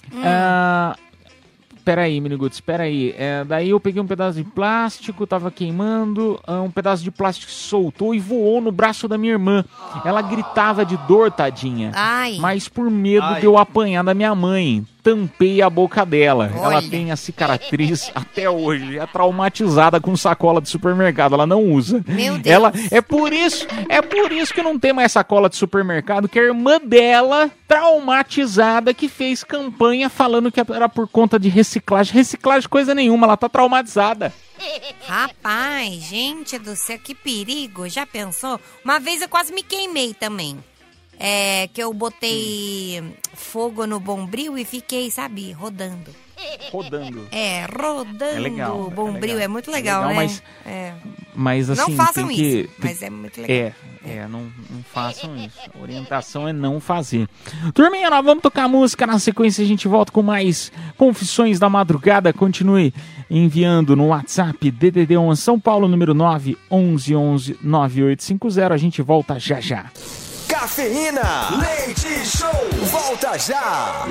Peraí, Miniguts, peraí. Daí eu peguei um pedaço de plástico, tava queimando, um pedaço de plástico soltou e voou no braço da minha irmã. Ela gritava de dor, tadinha. Mas por medo de eu apanhar da minha mãe, tampei a boca dela. Olha. Ela tem a cicatriz até hoje, é traumatizada com sacola de supermercado, ela não usa. Meu Deus. É por isso que não tem mais sacola de supermercado, que a irmã dela, traumatizada, que fez campanha falando que era por conta de reciclagem. Reciclagem coisa nenhuma, ela tá traumatizada. Rapaz, gente do céu, que perigo. Já pensou? Uma vez eu quase me queimei também. Que eu botei fogo no bombril e fiquei, sabe, rodando. Rodando. Rodando. É legal. O bombril é muito legal, né? Mas assim, não façam tem isso, que... mas é muito legal. Não façam isso. A orientação é não fazer. Turminha, nós vamos tocar música. Na sequência a gente volta com mais Confissões da Madrugada. Continue enviando no WhatsApp DDD 11 São Paulo, número 9 11 11 9850. A gente volta já já. Cafeína, leite show, volta já.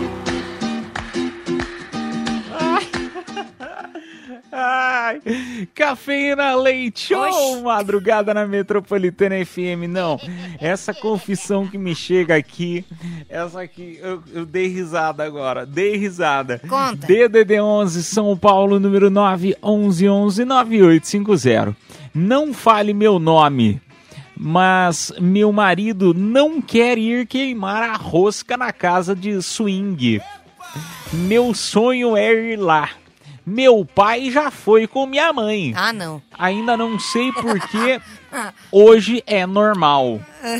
Cafeína, leite show, madrugada na Metropolitana FM. Não, essa confissão que me chega aqui, essa aqui, eu dei risada agora, Conta. DDD 11 São Paulo, número 9 11 11 9850. Não fale meu nome, mas meu marido não quer ir queimar a rosca na casa de swing. Meu sonho é ir lá. Meu pai já foi com minha mãe. Não. Ainda não sei porque hoje é normal.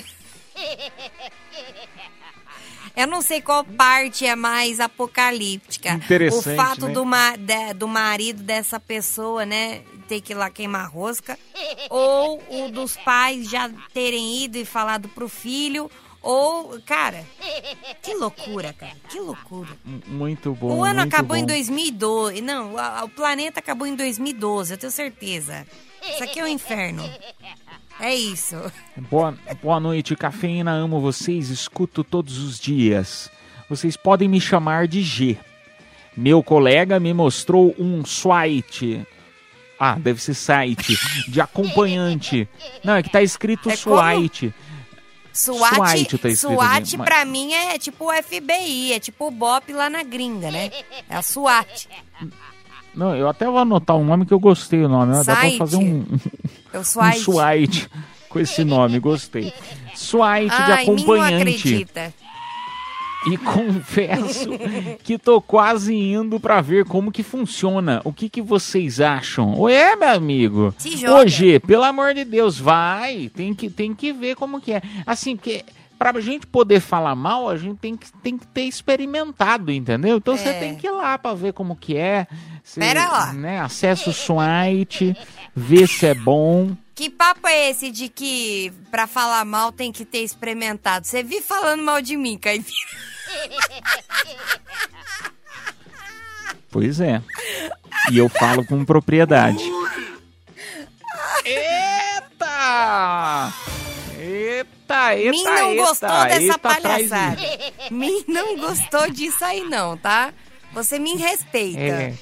Eu não sei qual parte é mais apocalíptica. Interessante, o fato, né? do marido dessa pessoa, né, ter que ir lá queimar rosca, ou o dos pais já terem ido e falado pro filho, ou, cara, que loucura, cara, que loucura. Muito bom. O ano muito acabou bom. em 2012, não, o planeta acabou em 2012, eu tenho certeza. Isso aqui é um inferno. É isso. Boa noite, cafeína. Amo vocês, escuto todos os dias. Vocês podem me chamar de G. Meu colega me mostrou um site. Deve ser site. De acompanhante. Não, é que tá escrito site. SWAT, tá escrito SWAT ali, pra mim é tipo o FBI, é tipo o BOP lá na gringa, né? É a SWAT. Não, eu até vou anotar um nome que eu gostei o nome. Dá pra fazer um SWAT com esse nome, gostei. SWAT de acompanhante. Mim não acredita. E confesso que tô quase indo pra ver como que funciona. O que vocês acham? Meu amigo. Se joga. Hoje, pelo amor de Deus, vai. Tem que ver como que é. Assim, porque pra gente poder falar mal, a gente tem que ter experimentado, entendeu? Então você tem que ir lá pra ver como que é. Pera lá. Né, acessa o site, vê se é bom. Que papo é esse de que pra falar mal tem que ter experimentado? Você vive falando mal de mim, Caipira. Pois é. E eu falo com propriedade. Eita! Mim não gostou dessa palhaçada. Mim não gostou disso aí não, tá? Você me respeita.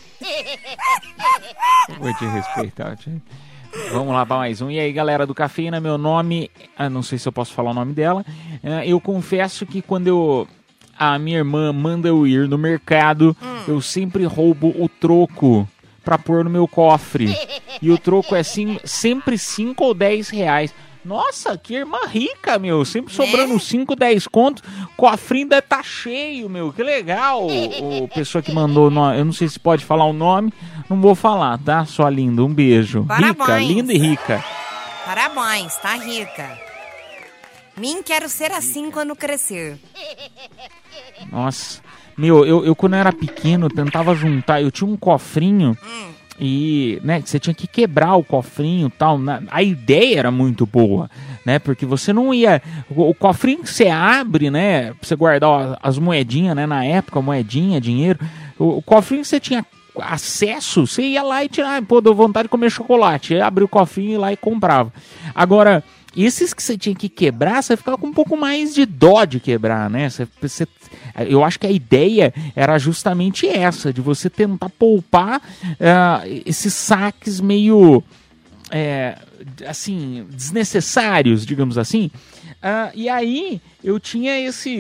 Vou te respeitar. Vamos lá para mais um. E aí, galera do Cafeína, meu nome... não sei se eu posso falar o nome dela. Eu confesso que quando a minha irmã manda eu ir no mercado, eu sempre roubo o troco para pôr no meu cofre. E o troco é sempre 5 ou 10 reais. Nossa, que irmã rica, meu. Sempre sobrando 5, 10 contos. Cofrinho deve tá cheio, meu. Que legal. O pessoa que mandou, eu não sei se pode falar o nome. Não vou falar, tá? Sua linda, um beijo. Parabéns. Rica, linda e rica. Parabéns, tá rica. Quero ser assim quando crescer. Nossa. Meu, eu quando eu era pequeno, eu tentava juntar. Eu tinha um cofrinho... E, né, você tinha que quebrar o cofrinho e tal. A ideia era muito boa, né? Porque você não ia... O cofrinho que você abre, né? Pra você guardar as moedinhas, né? Na época, moedinha, dinheiro. O cofrinho que você tinha acesso, você ia lá e tirava. Pô, deu vontade de comer chocolate. Aí abria o cofrinho e ia lá e comprava. Agora... Esses que você tinha que quebrar, você ficava com um pouco mais de dó de quebrar, né? Eu acho que a ideia era justamente essa, de você tentar poupar esses saques meio, assim, desnecessários, digamos assim. E aí, eu tinha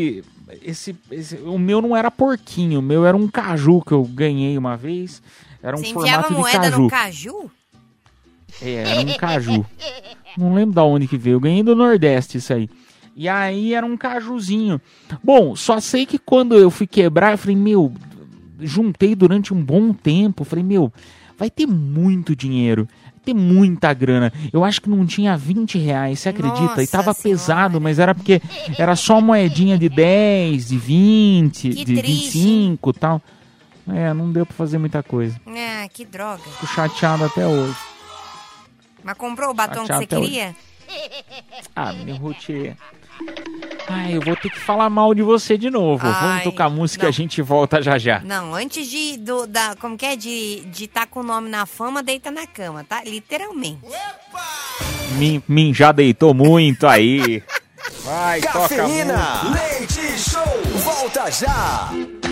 o meu não era porquinho, o meu era um caju que eu ganhei uma vez. Era um formato de caju. Você enfiava moeda no caju? Era um caju. Não lembro de onde que veio. Eu ganhei do Nordeste isso aí. E aí era um cajuzinho. Bom, só sei que quando eu fui quebrar, eu falei, meu, juntei durante um bom tempo. Falei, meu, vai ter muito dinheiro. Vai ter muita grana. Eu acho que não tinha 20 reais, você acredita? Nossa e tava senhora. Pesado, mas era porque era só moedinha de 10, de 20, que de triste. 25 e tal. Não deu pra fazer muita coisa. Que droga. Fico chateado até hoje. Mas comprou o batom que você queria? Meu Ruth. Eu vou ter que falar mal de você de novo. Vamos tocar música e a gente volta já já. Não, antes como que é? De estar com o nome na fama, deita na cama, tá? Literalmente. Min já deitou muito aí. Vai, toca Cafeína, música. Leite Show, volta já.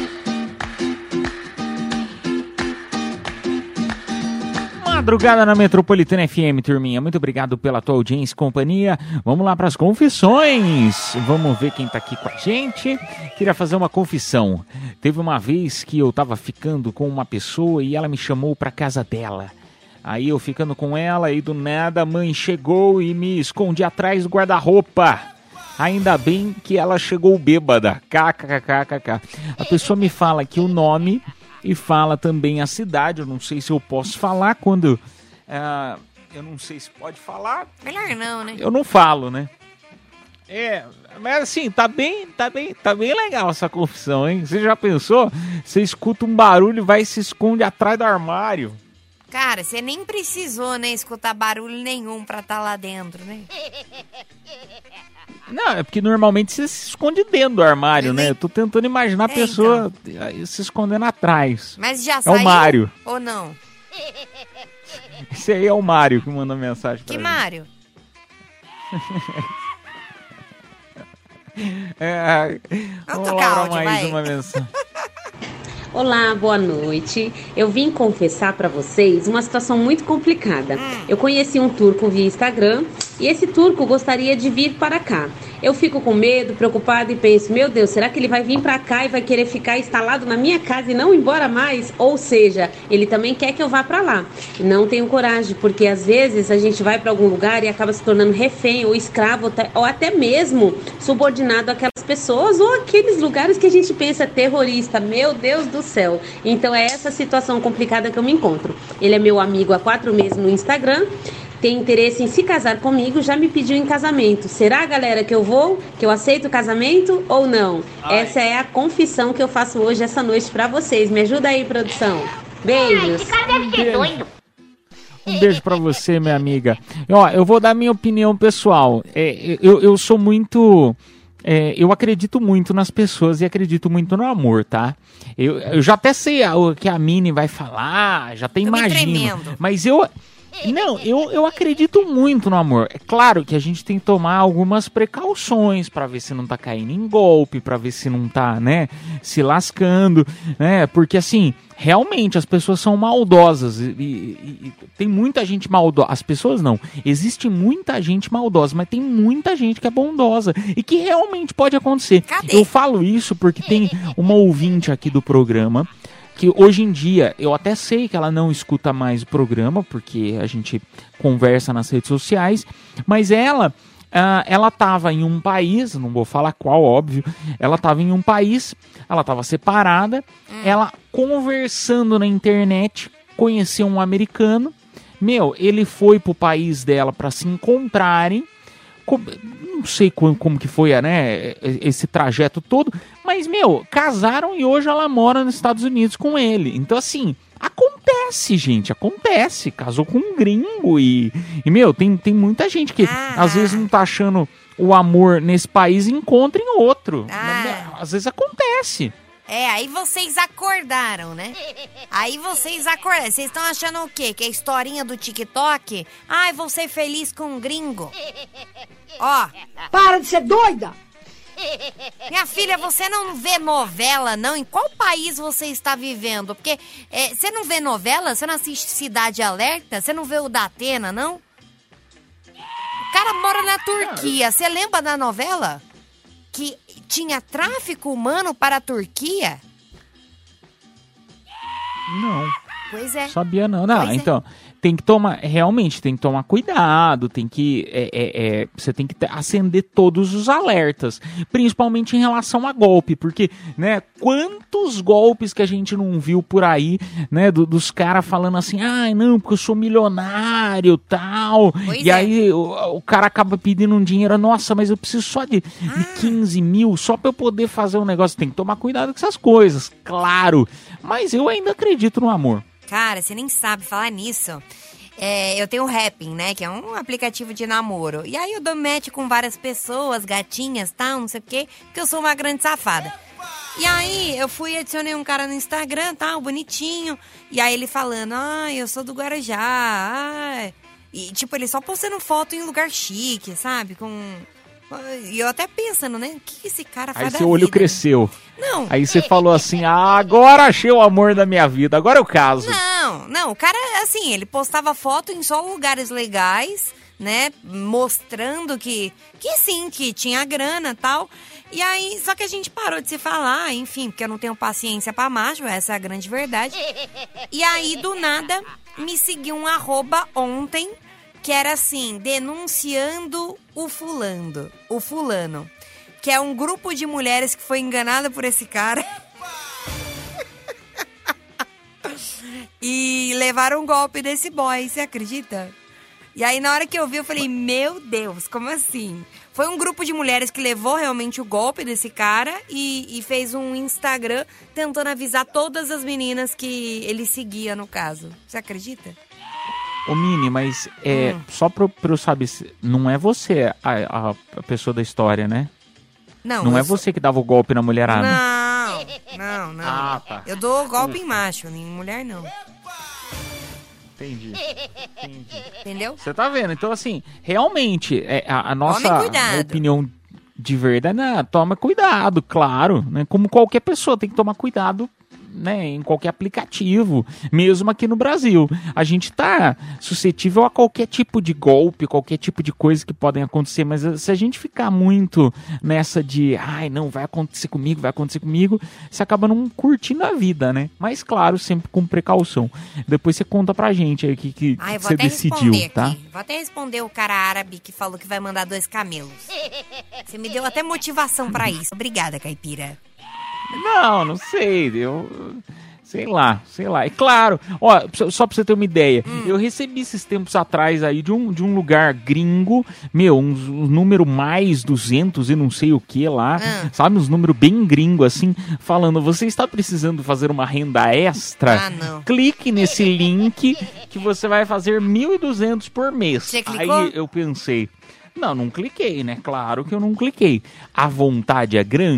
Madrugada na Metropolitana FM, turminha. Muito obrigado pela tua audiência e companhia. Vamos lá para as confissões. Vamos ver quem tá aqui com a gente. Queria fazer uma confissão. Teve uma vez que eu tava ficando com uma pessoa e ela me chamou pra casa dela. Aí eu ficando com ela e do nada a mãe chegou e me escondi atrás do guarda-roupa. Ainda bem que ela chegou bêbada. KKKKK. A pessoa me fala aqui o nome... E fala também a cidade. Eu não sei se eu posso falar quando... eu não sei se pode falar. Melhor não, né? Eu não falo, né? Mas assim, tá bem legal essa confissão, hein? Você já pensou? Você escuta um barulho e vai e se esconde atrás do armário. Cara, você nem precisou, né, escutar barulho nenhum pra estar lá dentro, né? Não, é porque normalmente você se esconde dentro do armário, né? Eu tô tentando imaginar a pessoa se escondendo atrás. Mas já saiu? É o Mário. Ou não? Esse aí é o Mário que mandou mensagem pra Que mim. Mário? Vamos lá pra mais uma mensagem. Olá, boa noite. Eu vim confessar pra vocês uma situação muito complicada. Eu conheci um turco via Instagram e esse turco gostaria de vir para cá. Eu fico com medo, preocupada e penso, meu Deus, será que ele vai vir pra cá e vai querer ficar instalado na minha casa e não ir embora mais? Ou seja, ele também quer que eu vá pra lá. Não tenho coragem, porque às vezes a gente vai pra algum lugar e acaba se tornando refém ou escravo ou até mesmo subordinado àquelas pessoas ou aqueles lugares que a gente pensa terrorista. Meu Deus do céu. Então é essa situação complicada que eu me encontro. Ele é meu amigo há 4 meses no Instagram. Tem interesse em se casar comigo, já me pediu em casamento. Será, galera, que eu vou? Que eu aceito o casamento ou não? Essa é a confissão que eu faço hoje, essa noite, pra vocês. Me ajuda aí, produção. Beijos. Esse cara deve ser doido. Um beijo pra você, minha amiga. Eu vou dar minha opinião pessoal. Eu sou muito... eu acredito muito nas pessoas e acredito muito no amor, tá? Eu já até sei o que a Mini vai falar, já até imagino. Mas Não, eu acredito muito no amor. É claro que a gente tem que tomar algumas precauções pra ver se não tá caindo em golpe, pra ver se não tá, né, se lascando, né? Porque assim, realmente as pessoas são maldosas e tem muita gente maldosa. As pessoas não. Existe muita gente maldosa, mas tem muita gente que é bondosa e que realmente pode acontecer. Eu falo isso porque tem uma ouvinte aqui do programa que hoje em dia, eu até sei que ela não escuta mais o programa, porque a gente conversa nas redes sociais, mas ela estava em um país, não vou falar qual, óbvio, ela estava em um país, ela estava separada, ela conversando na internet, conheceu um americano, ele foi pro país dela para se encontrarem, não sei como que foi, né, esse trajeto todo, mas, casaram e hoje ela mora nos Estados Unidos com ele. Então, assim, acontece, gente, acontece. Casou com um gringo e tem muita gente que às vezes não tá achando o amor nesse país e encontra em outro. Às vezes acontece. Aí vocês acordaram, né? Vocês estão achando o quê? Que é a historinha do TikTok? Ai, vou ser feliz com um gringo. Ó. Para de ser doida! Minha filha, você não vê novela, não? Em qual país você está vivendo? Porque você não vê novela? Você não assiste Cidade Alerta? Você não vê o da Atena, não? O cara mora na Turquia. Você lembra da novela? Que tinha tráfico humano para a Turquia? Não. Pois é. Sabia não. Não, então, tem que tomar cuidado, tem que você tem que acender todos os alertas, principalmente em relação a golpe, porque, né, quantos golpes que a gente não viu por aí, né, dos caras falando assim, não, porque eu sou milionário, tal, aí o cara acaba pedindo um dinheiro, nossa, mas eu preciso só de 15 mil, só pra eu poder fazer um negócio. Tem que tomar cuidado com essas coisas, claro, mas eu ainda acredito no amor. Cara, você nem sabe falar nisso. Eu tenho o Happn, né? Que é um aplicativo de namoro. E aí eu dou match com várias pessoas, gatinhas, tal, não sei o quê, porque eu sou uma grande safada. E aí eu fui e adicionei um cara no Instagram, tal, bonitinho. E aí ele falando, eu sou do Guarujá, E, tipo, ele só postando foto em lugar chique, sabe? E eu até pensando, né? O que esse cara faz da vida? Aí seu olho cresceu. Não. Aí você falou assim, agora achei o amor da minha vida, agora eu caso. Não, o cara, assim, ele postava foto em só lugares legais, né? Mostrando que sim, que tinha grana e tal. E aí, só que a gente parou de se falar, enfim, porque eu não tenho paciência pra macho, essa é a grande verdade. E aí, do nada, me seguiu um @ ontem, que era assim, denunciando o fulano, que é um grupo de mulheres que foi enganada por esse cara e levaram um golpe desse boy, você acredita? E aí na hora que eu vi, eu falei, meu Deus, como assim? Foi um grupo de mulheres que levou realmente o golpe desse cara e fez um Instagram tentando avisar todas as meninas que ele seguia no caso. Você acredita? Ô Mini, mas só pra eu saber, não é você a pessoa da história, né? Não é você que dava o golpe na mulherada. Não. Tá. Eu dou golpe em macho, em mulher não. Entendi. Entendeu? Você tá vendo? Então, assim, realmente, a nossa opinião de verdade, toma cuidado, claro, né? Como qualquer pessoa tem que tomar cuidado, né, em qualquer aplicativo, mesmo aqui no Brasil. A gente tá suscetível a qualquer tipo de golpe, qualquer tipo de coisa que podem acontecer, mas se a gente ficar muito nessa de, não, vai acontecer comigo, você acaba não curtindo a vida, né? Mas claro, sempre com precaução. Depois você conta pra gente aí que você decidiu, tá? Vou até responder o cara árabe que falou que vai mandar 2 camelos. Você me deu até motivação pra isso. Obrigada, Caipira. Não sei, sei lá. É claro, ó, só pra você ter uma ideia, eu recebi esses tempos atrás aí de um lugar gringo, um número mais 200 e não sei o que lá, sabe, uns números bem gringo assim, falando, você está precisando fazer uma renda extra? Não. Clique nesse link que você vai fazer 1.200 por mês. Você clicou? Aí eu pensei, não cliquei, né? Claro que eu não cliquei. A vontade é grande?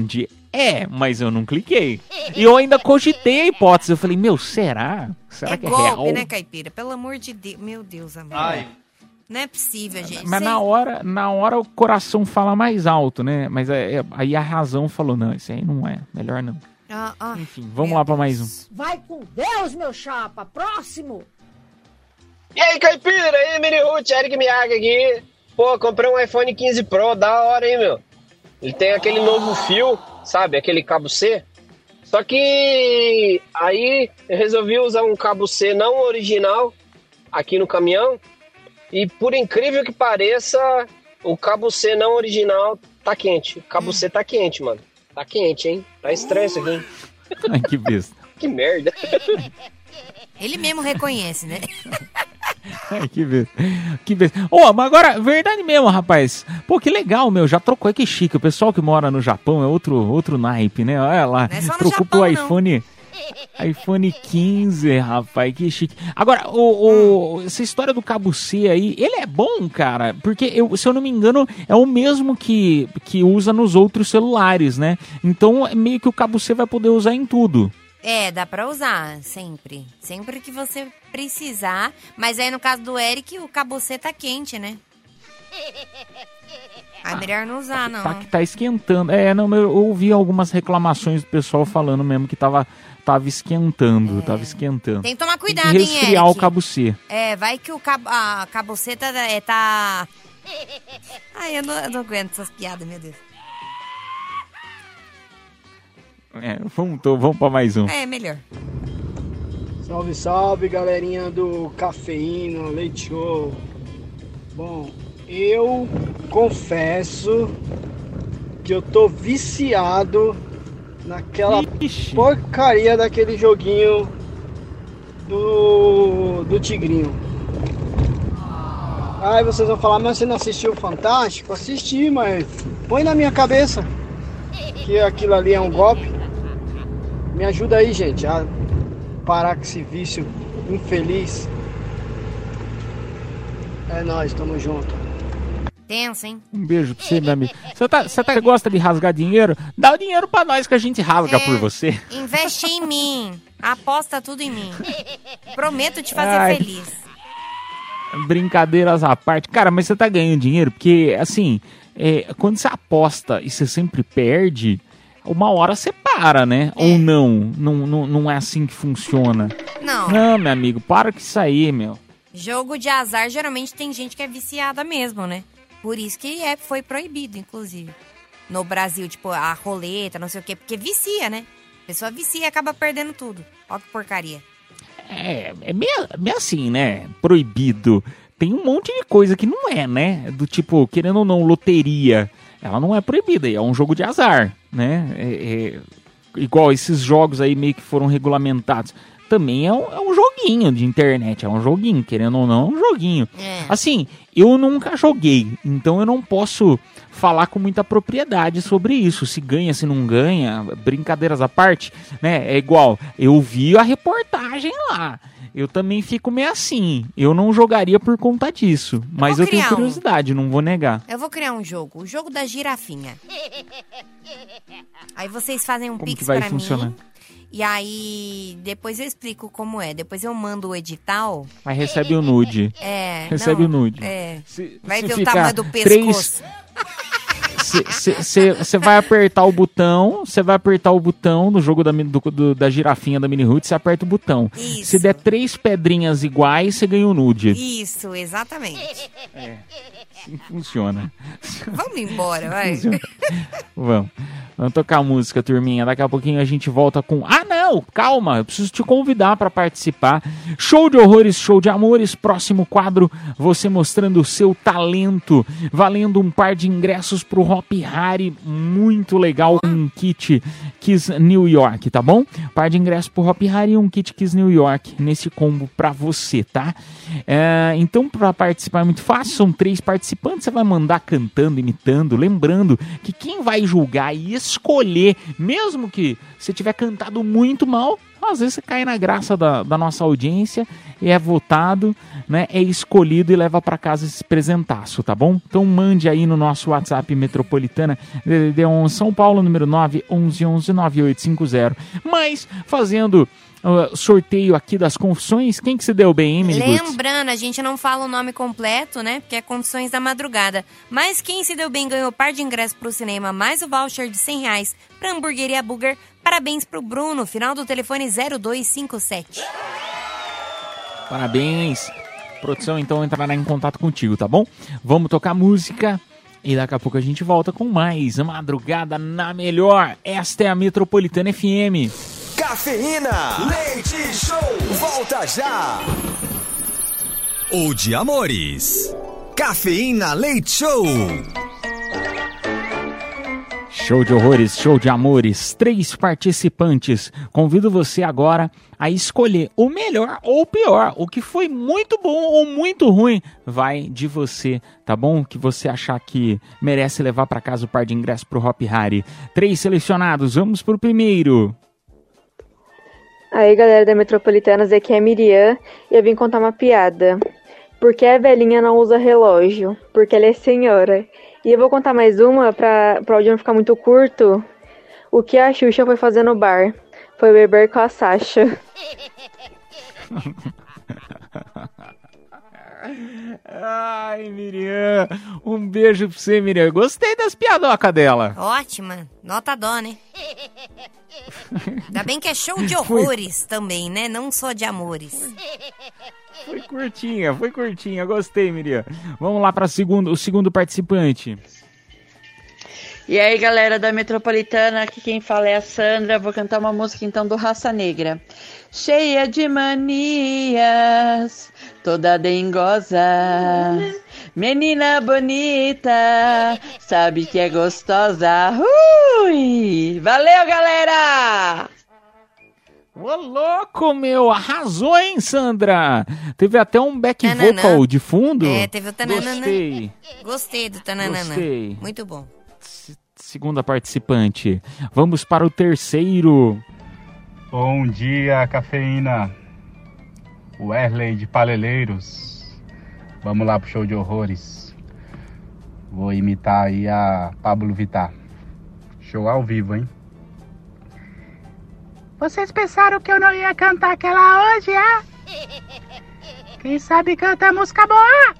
Mas eu não cliquei. E eu ainda cogitei a hipótese. Eu falei, será? Será que é golpe, real? né, Caipira? Pelo amor de Deus. Meu Deus, amor. Não é possível, gente. Mas na hora o coração fala mais alto, né? Mas aí a razão falou, não, isso aí não é. Melhor não. Enfim, vamos lá pra mais um. Vai com Deus, meu chapa. Próximo. E aí, Caipira? E aí, Mini Ruth, Eric Miyaga aqui. Pô, comprei um iPhone 15 Pro, da hora, hein, meu? Ele tem aquele novo fio, sabe? Aquele cabo C. Só que aí eu resolvi usar um cabo C não original aqui no caminhão. E por incrível que pareça, o cabo C não original tá quente. O cabo C tá quente, mano. Tá quente, hein? Tá estranho isso aqui, hein? Ai, que besta. Que merda. Ele mesmo reconhece, né? Ai, que besta. Mas agora, verdade mesmo, rapaz. Pô, que legal, meu. Já trocou, que chique. O pessoal que mora no Japão é outro naipe, né? Olha lá. Não é só no trocou Japão, pro iPhone 15, rapaz, que chique. Agora, essa história do cabo C aí, ele é bom, cara, porque, se eu não me engano, é o mesmo que usa nos outros celulares, né? Então, meio que o cabo C vai poder usar em tudo. Dá pra usar, sempre. Sempre que você precisar. Mas aí, no caso do Eric, o cabo C tá quente, né? É melhor não usar, não. Tá esquentando. Eu ouvi algumas reclamações do pessoal falando mesmo que tava esquentando, Tem que tomar cuidado, Tem que resfriar Eric. o cabo C. Vai que o cabo C tá... Ai, eu não aguento essas piadas, meu Deus. Vamos pra mais um. Melhor. Salve, salve, galerinha do Cafeína Leite Show. Bom, eu confesso que eu tô viciado naquela porcaria daquele joguinho do Tigrinho. Aí vocês vão falar, mas você não assistiu o Fantástico? Assisti, mas põe na minha cabeça que aquilo ali é um golpe. Me ajuda aí, gente, a parar com esse vício infeliz. É nóis, tamo junto. Tenso, hein? Um beijo pra você, meu amigo. Você gosta de rasgar dinheiro? Dá o dinheiro pra nós que a gente rasga por você. Investe em mim. Aposta tudo em mim. Prometo te fazer feliz. Brincadeiras à parte. Cara, mas você tá ganhando dinheiro? Porque, assim, quando você aposta e você sempre perde, uma hora você para, né? Ou não? Não é assim que funciona. Não, meu amigo, para com isso aí, meu. Jogo de azar, geralmente tem gente que é viciada mesmo, né? Por isso que foi proibido, inclusive. No Brasil, tipo, a roleta, não sei o quê, porque vicia, né? A pessoa vicia e acaba perdendo tudo. Olha que porcaria. É meio assim, né? Proibido. Tem um monte de coisa que não é, né? Do tipo, querendo ou não, loteria. Ela não é proibida, é um jogo de azar, né? Igual esses jogos aí meio que foram regulamentados. Também é um joguinho de internet, é um joguinho, querendo ou não, é um joguinho. Assim, eu nunca joguei, então eu não posso falar com muita propriedade sobre isso. Se ganha, se não ganha, brincadeiras à parte, né? É igual, eu vi a reportagem lá. Eu também fico meio assim. Eu não jogaria por conta disso. Mas eu tenho curiosidade, não vou negar. Eu vou criar um jogo. O jogo da girafinha. Aí vocês fazem um pix pra mim. E aí, depois eu explico como é. Depois eu mando o edital. Mas recebe o nude. Recebe o nude. Vai ver o tamanho do pescoço. Você vai apertar o botão, no jogo da girafinha da Mini Ruth, você aperta o botão. Isso. Se der 3 pedrinhas iguais, você ganha o nude. Isso, exatamente. Assim funciona. Vamos embora, vai. Vamos tocar a música, turminha. Daqui a pouquinho a gente volta com... Ah, não! Calma! Eu preciso te convidar para participar. Show de horrores, show de amores. Próximo quadro, você mostrando o seu talento. Valendo um par de ingressos pro Hop Hari. Muito legal. Um kit Kiss New York, tá bom? Par de ingressos pro Hop Hari e um kit Kiss New York nesse combo pra você, tá? Então, para participar é muito fácil. São 3 participantes. Você vai mandar cantando, imitando. Lembrando que quem vai julgar e escolher, mesmo que você tiver cantado muito mal, Às vezes você cai na graça da nossa audiência e é votado, né? É escolhido e leva para casa esse presentaço, tá bom? Então mande aí no nosso WhatsApp Metropolitana, DDD 11 São Paulo, número 911-9850. Mas, fazendo sorteio aqui das confissões, quem que se deu bem, hein, Miniguts? Lembrando, a gente não fala o nome completo, né? Porque é Confissões da Madrugada. Mas quem se deu bem ganhou par de ingressos pro cinema, mais o voucher de R$100 pra Hamburgueria Burger. Parabéns pro Bruno, final do telefone 0257. Parabéns. A produção, então, entrará em contato contigo, tá bom? Vamos tocar música e daqui a pouco a gente volta com mais Madrugada na Melhor. Esta é a Metropolitana FM. Cafeína, leite show, volta já. O de amores. Cafeína Leite Show. Show de horrores, show de amores, 3 participantes. Convido você agora a escolher o melhor ou o pior, o que foi muito bom ou muito ruim, vai de você, tá bom? O que você achar que merece levar para casa o par de ingressos pro Hop Hari. 3 selecionados, vamos pro primeiro. Aí, galera da Metropolitanas, aqui é a Miriam e eu vim contar uma piada. Por que a velhinha não usa relógio? Porque ela é senhora. E eu vou contar mais uma pra o áudio não ficar muito curto. O que a Xuxa foi fazer no bar? Foi beber com a Sasha. Ai, Miriam, um beijo pra você, Miriam. Gostei das piadocas dela. Ótima, nota dó, né? Ainda bem que é show de horrores também, né? Não só de amores. Foi curtinha, gostei, Miriam. Vamos lá para o segundo participante. E aí, galera da Metropolitana, aqui quem fala é a Sandra. Vou cantar uma música então do Raça Negra. Cheia de manias, toda dengosa, menina bonita, sabe que é gostosa. Ui! Valeu, galera! Ô, louco, meu! Arrasou, hein, Sandra? Teve até um back vocal de fundo. É, teve o tananana. Gostei do tananana. Gostei. Muito bom. Segunda participante. Vamos para o terceiro. Bom dia, Cafeína. Wesley de Paleleiros. Vamos lá pro show de horrores. Vou imitar aí a Pablo Vittar. Show ao vivo, hein? Vocês pensaram que eu não ia cantar aquela hoje, é? Quem sabe canta música boa?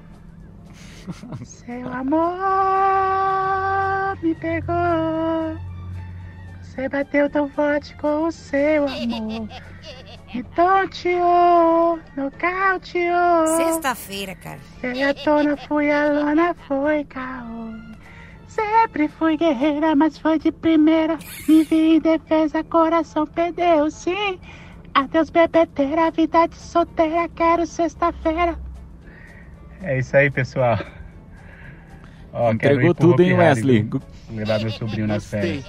Seu amor me pegou. Você bateu tão forte com o seu amor. Me tonteou, nocauteou. Sexta-feira, cara. Veio à tona, fui a lona, foi caô. Sempre fui guerreira, mas foi de primeira. Me vi em defesa, coração perdeu, sim. Adeus, bebedeira, vida de solteira, quero sexta-feira. É isso aí, pessoal. Ó, entregou tudo, hein, Wesley? Vou levar meu sobrinho nas férias.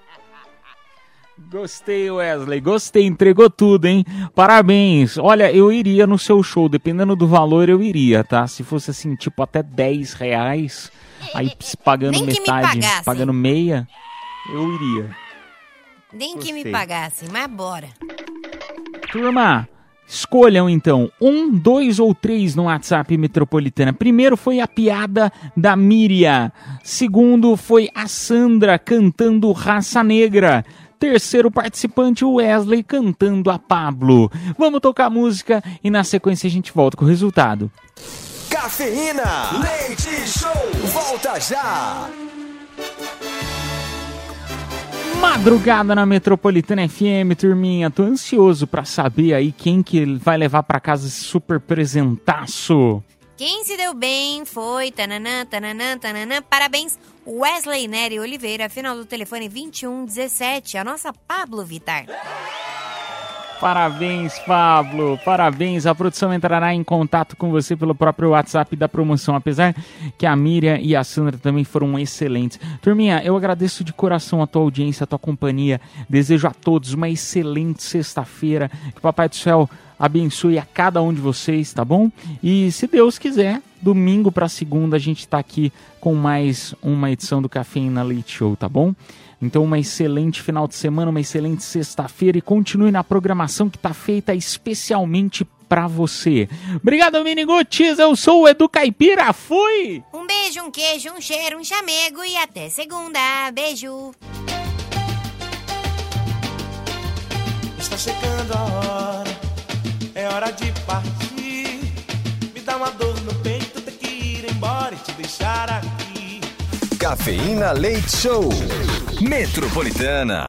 Gostei, Wesley, gostei, entregou tudo, hein? Parabéns. Olha, eu iria no seu show, dependendo do valor eu iria, tá? Se fosse assim, tipo até R$10, aí pagando nem metade, pagando meia, eu iria. Nem Gostei. que me pagassem, mas bora. Turma, escolham então 1, 2 ou 3 no WhatsApp Metropolitana. Primeiro foi a piada da Miriam. Segundo foi a Sandra cantando Raça Negra. Terceiro participante, o Wesley cantando a Pablo. Vamos tocar música e na sequência a gente volta com o resultado. Cafeína, leite show, volta já. Madrugada na Metropolitana FM, turminha. Tô ansioso pra saber aí quem que vai levar pra casa esse super presentaço. Quem se deu bem foi tananã, tananã, tananã. Parabéns, Wesley Nery Oliveira, final do telefone 2117, a nossa Pablo Vittar. Parabéns, Pablo, parabéns. A produção entrará em contato com você pelo próprio WhatsApp da promoção, apesar que a Miriam e a Sandra também foram excelentes. Turminha, eu agradeço de coração a tua audiência, a tua companhia. Desejo a todos uma excelente sexta-feira. Que o Papai do Céu abençoe a cada um de vocês, tá bom? E se Deus quiser, domingo para segunda a gente tá aqui com mais uma edição do Cafeína Leite Show, tá bom? Então, uma excelente final de semana, uma excelente sexta-feira e continue na programação que está feita especialmente para você. Obrigado, Miniguts. Eu sou o Edu Caipira. Fui! Um beijo, um queijo, um cheiro, um chamego e até segunda. Beijo. Está chegando a hora, é hora de partir. Me dá uma dor no peito, ter que ir embora e te deixar aqui. Cafeína Leite Show. Metropolitana.